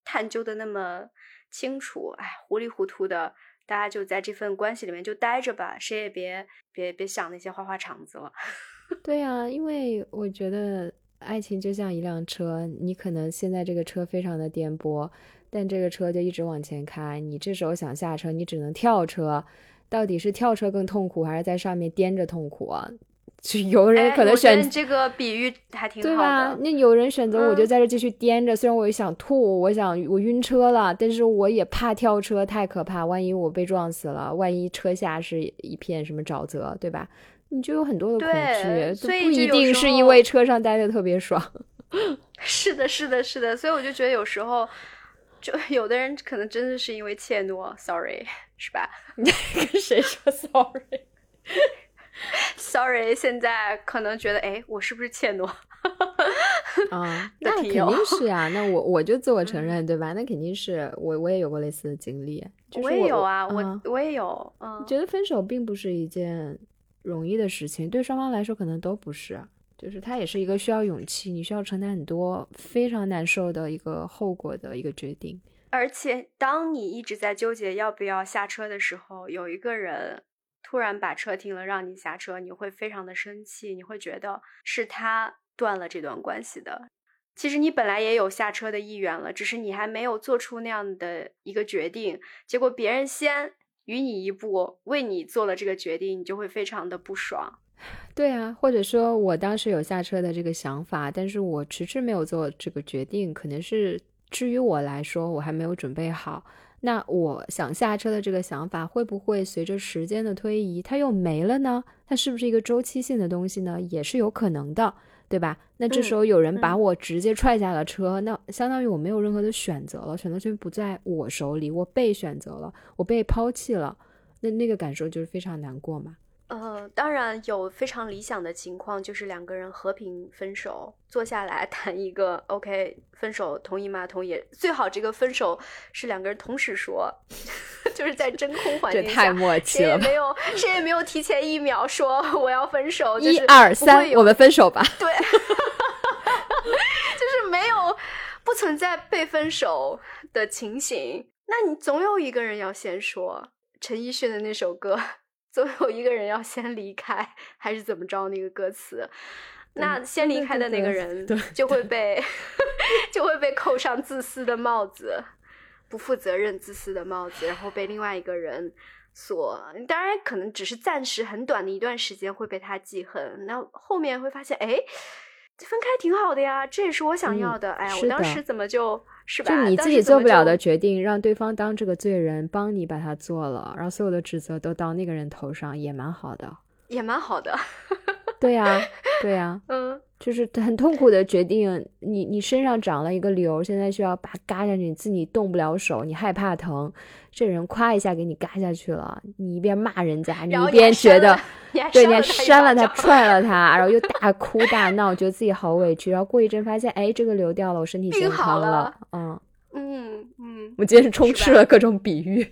Speaker 1: 探究的那么清楚，哎，糊里糊涂的，大家就在这份关系里面就待着吧，谁也别别别想那些花花肠子了。
Speaker 2: 对啊，因为我觉得爱情就像一辆车，你可能现在这个车非常的颠簸，但这个车就一直往前开，你这时候想下车，你只能跳车，到底是跳车更痛苦，还是在上面颠着痛苦啊？就有人可能选、
Speaker 1: 哎、这个比喻还挺好的，
Speaker 2: 对吧？那有人选择我就在这继续颠着、
Speaker 1: 嗯、
Speaker 2: 虽然我想吐，我想我晕车了，但是我也怕跳车，太可怕，万一我被撞死了，万一车下是一片什么沼泽，对吧？你就有很多的恐惧，
Speaker 1: 所以
Speaker 2: 不一定是因为车上待的特别爽。
Speaker 1: 是的是的是的，所以我就觉得有时候就有的人可能真的是因为怯懦 sorry 是吧？
Speaker 2: 你跟谁说 sorry
Speaker 1: sorry 现在可能觉得哎，我是不是怯懦
Speaker 2: 啊？那肯定是啊，那我我就自我承认、嗯、对吧？那肯定是我我也有过类似的经历，就是、我,
Speaker 1: 我也有啊，
Speaker 2: 我、
Speaker 1: 嗯、我我也有嗯，
Speaker 2: 觉得分手并不是一件容易的事情，对双方来说可能都不是，就是它也是一个需要勇气，你需要承担很多非常难受的一个后果的一个决定。
Speaker 1: 而且当你一直在纠结要不要下车的时候，有一个人突然把车停了让你下车，你会非常的生气，你会觉得是他断了这段关系的。其实你本来也有下车的意愿了，只是你还没有做出那样的一个决定，结果别人先于你一步为你做了这个决定，你就会非常的不爽。
Speaker 2: 对啊，或者说我当时有下车的这个想法，但是我迟迟没有做这个决定，可能是至于我来说我还没有准备好，那我想下车的这个想法会不会随着时间的推移它又没了呢？它是不是一个周期性的东西呢？也是有可能的，对吧？那这时候有人把我直接踹下了车、嗯、那相当于我没有任何的选择了，选择权不在我手里，我被选择了，我被抛弃了，那那个感受就是非常难过嘛。
Speaker 1: 呃，当然有非常理想的情况，就是两个人和平分手，坐下来谈一个 OK 分手，同意吗？同意。最好这个分手是两个人同时说，就是在真空环境下，
Speaker 2: 这太默契了吧，
Speaker 1: 谁也没有谁也没有提前一秒说我要分手，就是、
Speaker 2: 一二三，我们分手吧。
Speaker 1: 对，就是没有不存在被分手的情形，那你总有一个人要先说。陈奕迅的那首歌。总有一个人要先离开，还是怎么着？那个歌词，那先离开的那个人就会被就会被扣上自私的帽子，不负责任自私的帽子，然后被另外一个人所，当然可能只是暂时很短的一段时间会被他记恨，那后面会发现，哎，分开挺好的呀，这也是我想要的。嗯、哎呀，我当时怎么就是吧？
Speaker 2: 就你自己做不了的决定，让对方当这个罪人，帮你把他做了，然后所有的指责都到那个人头上，也蛮好的，
Speaker 1: 也蛮好的。
Speaker 2: 对呀、啊，对呀、啊，
Speaker 1: 嗯，
Speaker 2: 就是很痛苦的决定。你你身上长了一个瘤，现在需要把它嘎下去，你自己动不了手，你害怕疼，这人夸一下给你嘎下去了，你一边骂人家，你一边觉得，对，你还扇了他，踹了他，然后又大哭大闹，觉得自己好委屈，然后过一阵发现，哎，这个瘤掉了，我身体健康了，
Speaker 1: 嗯嗯嗯，
Speaker 2: 我今天充斥了各种比喻，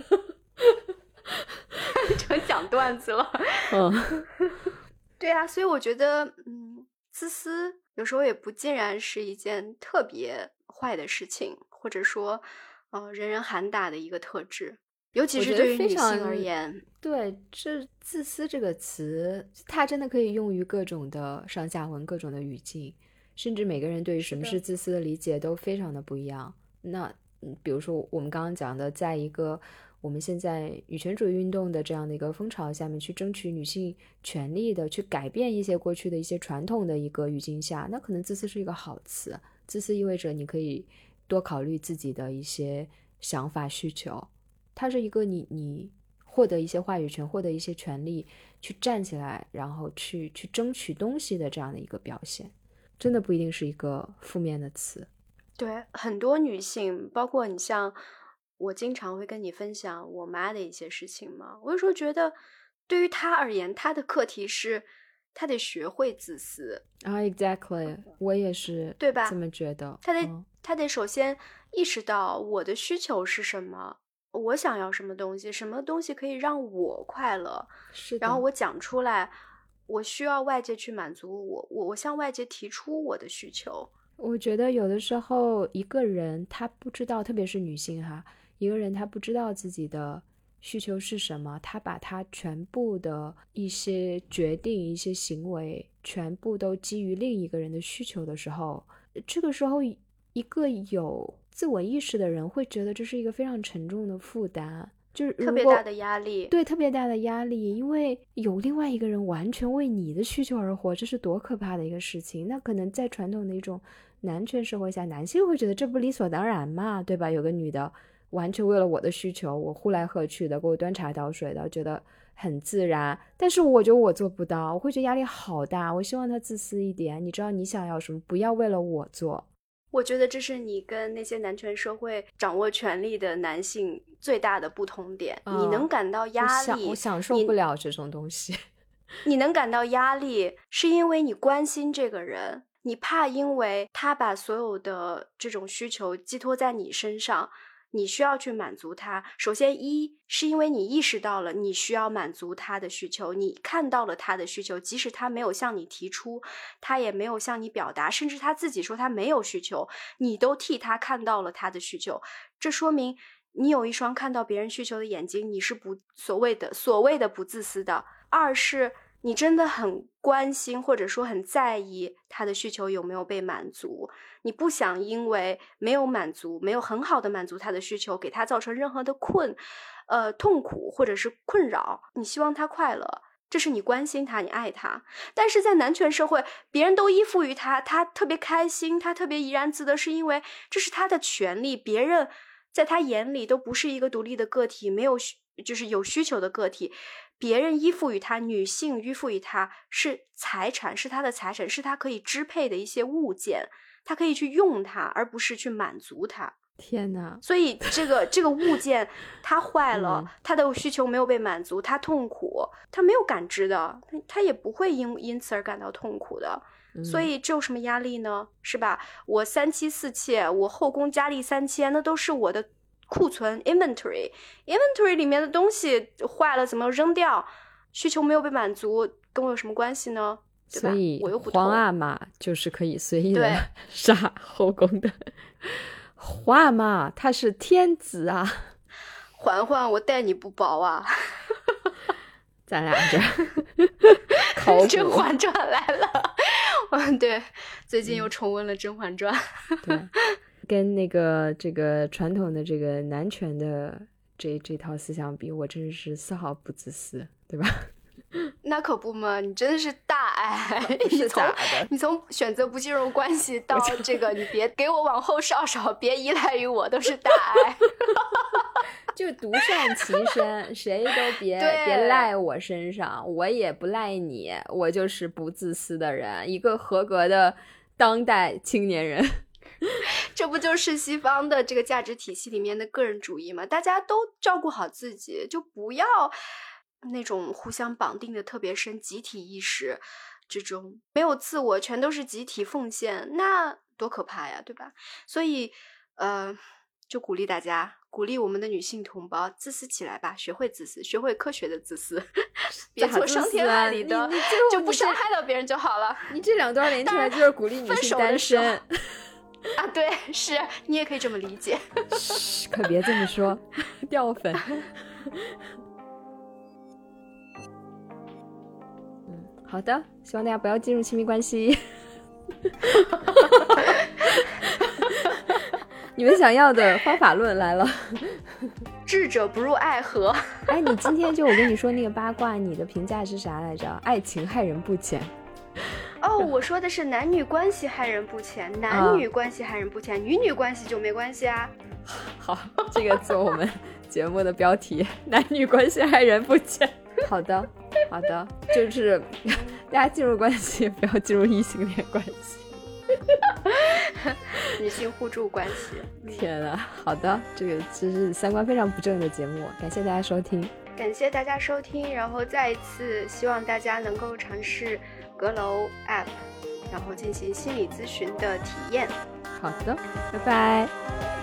Speaker 1: 成讲段子了，
Speaker 2: 嗯。
Speaker 1: 对啊，所以我觉得，嗯，自私有时候也不尽然是一件特别坏的事情，或者说，呃，人人喊打的一个特质，尤其是对于女性而言。
Speaker 2: 对，这自私这个词，它真的可以用于各种的上下文、各种的语境，甚至每个人对于什么是自私的理解都非常的不一样。那，比如说我们刚刚讲的，在一个我们现在女权主义运动的这样的一个风潮下面去争取女性权利的，去改变一些过去的一些传统的一个语境下，那可能自私是一个好词。自私意味着你可以多考虑自己的一些想法需求，它是一个你你获得一些话语权，获得一些权利，去站起来然后去去争取东西的这样的一个表现，真的不一定是一个负面的词。
Speaker 1: 对，很多女性，包括你像我经常会跟你分享我妈的一些事情嘛，我有时候觉得对于她而言，她的课题是她得学会自私
Speaker 2: 啊、oh, exactly 我也是对吧这么觉得，
Speaker 1: 她得、嗯、她得首先意识到我的需求是什么，我想要什么东西，什么东西可以让我快乐，
Speaker 2: 是的，
Speaker 1: 然后我讲出来，我需要外界去满足我，我我向外界提出我的需求。
Speaker 2: 我觉得有的时候一个人他不知道，特别是女性哈，一个人他不知道自己的需求是什么，他把他全部的一些决定、一些行为全部都基于另一个人的需求的时候，这个时候一个有自我意识的人会觉得这是一个非常沉重的负担，就是
Speaker 1: 特别大的压力。
Speaker 2: 对，特别大的压力，因为有另外一个人完全为你的需求而活，这是多可怕的一个事情。那可能在传统的一种男权社会下，男性会觉得这不理所当然嘛，对吧？有个女的完全为了我的需求，我呼来喝去的，给我端茶倒水的，觉得很自然。但是我觉得我做不到，我会觉得压力好大。我希望他自私一点，你知道你想要什么，不要为了我做。
Speaker 1: 我觉得这是你跟那些男权社会掌握权力的男性最大的不同点。哦、你能感到压力，
Speaker 2: 我享受不了这种东西。
Speaker 1: 你能感到压力，是因为你关心这个人，你怕因为他把所有的这种需求寄托在你身上，你需要去满足他。首先一是因为你意识到了你需要满足他的需求，你看到了他的需求，即使他没有向你提出，他也没有向你表达，甚至他自己说他没有需求，你都替他看到了他的需求。这说明你有一双看到别人需求的眼睛，你是不所谓的所谓的不自私的。二是你真的很关心或者说很在意他的需求有没有被满足，你不想因为没有满足，没有很好的满足他的需求，给他造成任何的困呃痛苦或者是困扰，你希望他快乐，这是你关心他，你爱他。但是在男权社会，别人都依附于他，他特别开心，他特别怡然自得，是因为这是他的权利，别人在他眼里都不是一个独立的个体，没有就是有需求的个体，别人依附于他，女性依附于他是财产，是他的财产，是他可以支配的一些物件，他可以去用它，而不是去满足它。
Speaker 2: 天哪！
Speaker 1: 所以这个这个物件它坏了、嗯、他的需求没有被满足，他痛苦，他没有感知的，他也不会因因此而感到痛苦的。所以这有什么压力呢？是吧？我三妻四妾，我后宫佳丽三千，那都是我的库存 inventory inventory 里面的东西坏了怎么扔掉？需求没有被满足跟我有什么关系呢？对吧？
Speaker 2: 所以
Speaker 1: 我又不
Speaker 2: 皇阿玛就是可以随意的杀后宫的。皇阿玛他是天子啊。
Speaker 1: 嬛嬛我待你不薄啊。
Speaker 2: 咱俩这考古
Speaker 1: 甄嬛传来了。嗯，对，最近又重温了甄嬛传。
Speaker 2: 对，跟那个这个传统的这个男权的这这套思想比，我真是丝毫不自私，对吧？
Speaker 1: 那可不嘛，你真的是大爱。
Speaker 2: 是假的。
Speaker 1: 你从你从选择不进入关系到这个，你别给我往后稍稍，别依赖于我，都是大爱。
Speaker 2: 就独善其身，谁都别别赖我身上，我也不赖你，我就是不自私的人，一个合格的当代青年人。
Speaker 1: 这不就是西方的这个价值体系里面的个人主义吗？大家都照顾好自己，就不要那种互相绑定的特别深，集体意识之中没有自我，全都是集体奉献，那多可怕呀，对吧？所以呃就鼓励大家，鼓励我们的女性同胞自私起来吧，学会自私，学会科学的自私，别做伤天害理的，
Speaker 2: 啊、你你
Speaker 1: 就不伤害到别人就好了。
Speaker 2: 你这两段连起来就是鼓励女性单身
Speaker 1: 啊，对，是你也可以这么理解。
Speaker 2: 可别这么说，掉粉。嗯，好的，希望大家不要进入亲密关系。你们想要的方法论来了。
Speaker 1: 智者不入爱河。
Speaker 2: 哎，你今天就我跟你说那个八卦，你的评价是啥来着？爱情害人不浅。
Speaker 1: 哦，我说的是男女关系害人不浅，男女关系害人不浅，啊、女女关系就没关系啊。
Speaker 2: 好，这个做我们节目的标题：男女关系害人不浅。好的，好的，就是大家进入关系，不要进入异性恋关系。
Speaker 1: 女性互助关系。
Speaker 2: 天啊，好的，这个这是三观非常不正的节目，感谢大家收听。
Speaker 1: 感谢大家收听，然后再一次希望大家能够尝试阁楼 App， 然后进行心理咨询的体验。
Speaker 2: 好的，拜拜。